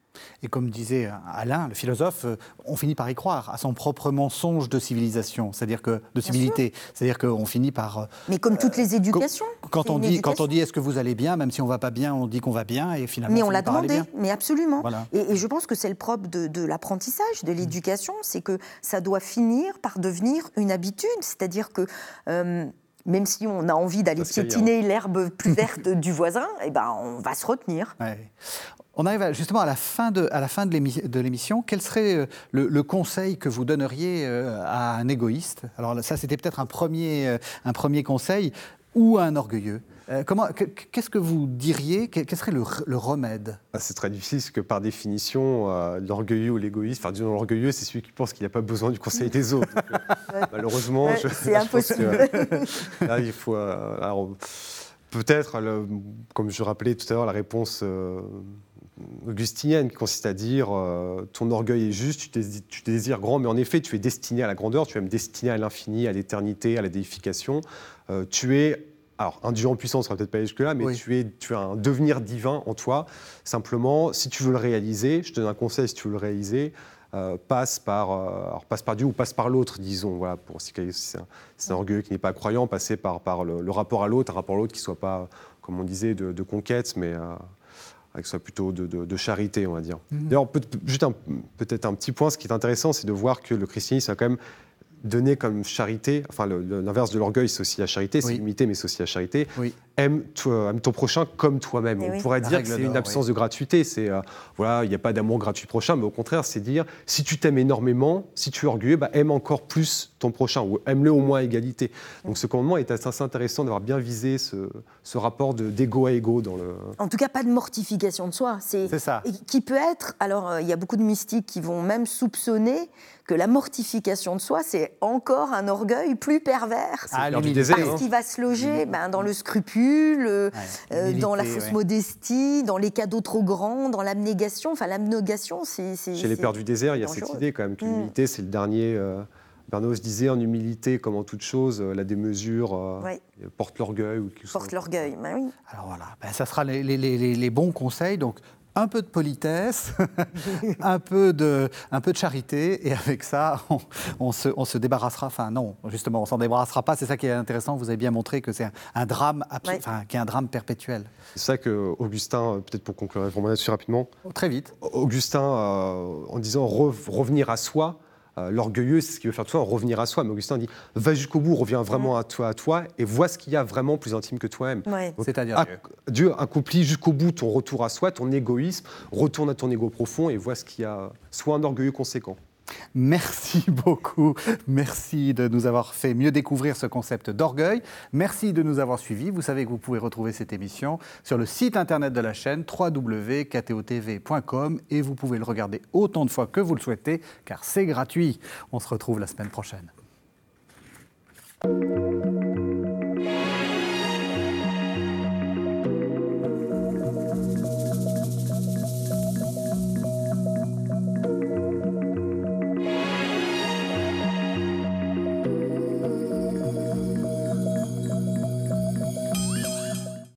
Et comme disait Alain, le philosophe, on finit par y croire à son propre mensonge de civilisation, c'est-à-dire que de civilité, c'est-à-dire qu'on finit par. Mais comme toutes les éducations. Quand on dit, quand on dit est-ce que vous allez bien, même si on va pas bien, on dit qu'on va bien et finalement. Mais on, on l'a demandé, mais absolument. Voilà. Et, et je pense que c'est le propre de, de l'apprentissage, de l'éducation, c'est que ça doit finir par devenir une habitude, c'est-à-dire que. Euh, Même si on a envie d'aller piétiner l'herbe plus verte du voisin, eh ben on va se retenir. Ouais. On arrive justement à la fin de, à la fin de l'émission. Quel serait le, le conseil que vous donneriez à un égoïste? Alors ça, c'était peut-être un premier, un premier conseil, ou à un orgueilleux. Comment, qu'est-ce que vous diriez? Quel serait le, le remède? C'est très difficile, parce que par définition, euh, l'orgueilleux ou l'égoïste, enfin, disons l'orgueilleux, c'est celui qui pense qu'il n'a pas besoin du conseil des autres. Donc, euh, malheureusement, ouais, je, c'est je impossible. pense que, là, il faut, euh, alors, peut-être, le, comme je rappelais tout à l'heure, la réponse euh, augustinienne, qui consiste à dire euh, ton orgueil est juste, tu te, tu te désires grand, mais en effet, tu es destiné à la grandeur, tu es même destiné à l'infini, à l'éternité, à la déification. Euh, tu es Alors, un Dieu en puissance, on ne sera peut-être pas allé jusque-là, mais oui. tu, es, tu as un devenir divin en toi. Simplement, si tu veux le réaliser, je te donne un conseil, si tu veux le réaliser, euh, passe, par, euh, alors, passe par Dieu ou passe par l'autre, disons. Voilà, pour, si c'est un, c'est un orgueilleux qui n'est pas croyant, passer par, par le, le rapport à l'autre, un rapport à l'autre qui ne soit pas, comme on disait, de, de conquête, mais euh, que ce soit plutôt de, de, de charité, on va dire. Mmh. D'ailleurs, peut, juste un, peut-être un petit point, ce qui est intéressant, c'est de voir que le christianisme a quand même donner comme charité, enfin le, le, l'inverse de l'orgueil, c'est aussi la charité, c'est oui. l'humilité, mais c'est aussi la charité. Oui. Aime, toi, aime ton prochain comme toi-même. Et On oui. pourrait la dire que c'est une absence oui. de gratuité. C'est euh, voilà, il n'y a pas d'amour gratuit prochain, mais au contraire, c'est dire si tu t'aimes énormément, si tu es orgueilleux, bah, aime encore plus ton prochain ou aime-le au moins à égalité. Donc ce commandement est assez intéressant d'avoir bien visé ce, ce rapport de, d'égo à égo dans le. En tout cas, pas de mortification de soi. C'est, c'est ça. Et qui peut être. Alors, il euh, y a beaucoup de mystiques qui vont même soupçonner que la mortification de soi, c'est encore un orgueil plus pervers. Ah, parce du désert, hein. qu'il va se loger ben, dans le scrupule, ouais, euh, dans la fausse ouais. modestie, dans les cadeaux trop grands, dans l'abnégation. Enfin, l'abnégation, c'est... c'est Chez les pères du désert, il y a cette idée quand même que l'humilité, mmh. c'est le dernier... Euh, Bernanos disait, en humilité, comme en toute chose, la démesure euh, ouais. porte l'orgueil. Ou porte l'orgueil, ben oui. Alors voilà, ben, ça sera les, les, les, les bons conseils. Donc, un peu de politesse, un, peu de, un peu de charité, et avec ça, on, on, se, on se débarrassera. Enfin, non, justement, on ne s'en débarrassera pas. C'est ça qui est intéressant. Vous avez bien montré que c'est un, un drame, abs- ouais. enfin, qui est un drame perpétuel. C'est ça que Augustin, peut-être pour conclure vraiment là-dessus rapidement. Très vite. Augustin, euh, en disant re, revenir à soi. L'orgueilleux, c'est ce qu'il veut faire de soi, en revenir à soi. Mais Augustin dit, va jusqu'au bout, reviens vraiment à toi, à toi, et vois ce qu'il y a vraiment plus intime que toi-même. Ouais. Donc, C'est-à-dire à, Dieu accomplit jusqu'au bout ton retour à soi, ton égoïsme, retourne à ton égo profond et vois ce qu'il y a. Sois un orgueilleux conséquent. Merci beaucoup. Merci de nous avoir fait mieux découvrir ce concept d'orgueil. Merci de nous avoir suivis. Vous savez que vous pouvez retrouver cette émission sur le site internet de la chaîne w w w point k t o t v point com et vous pouvez le regarder autant de fois que vous le souhaitez car c'est gratuit. On se retrouve la semaine prochaine.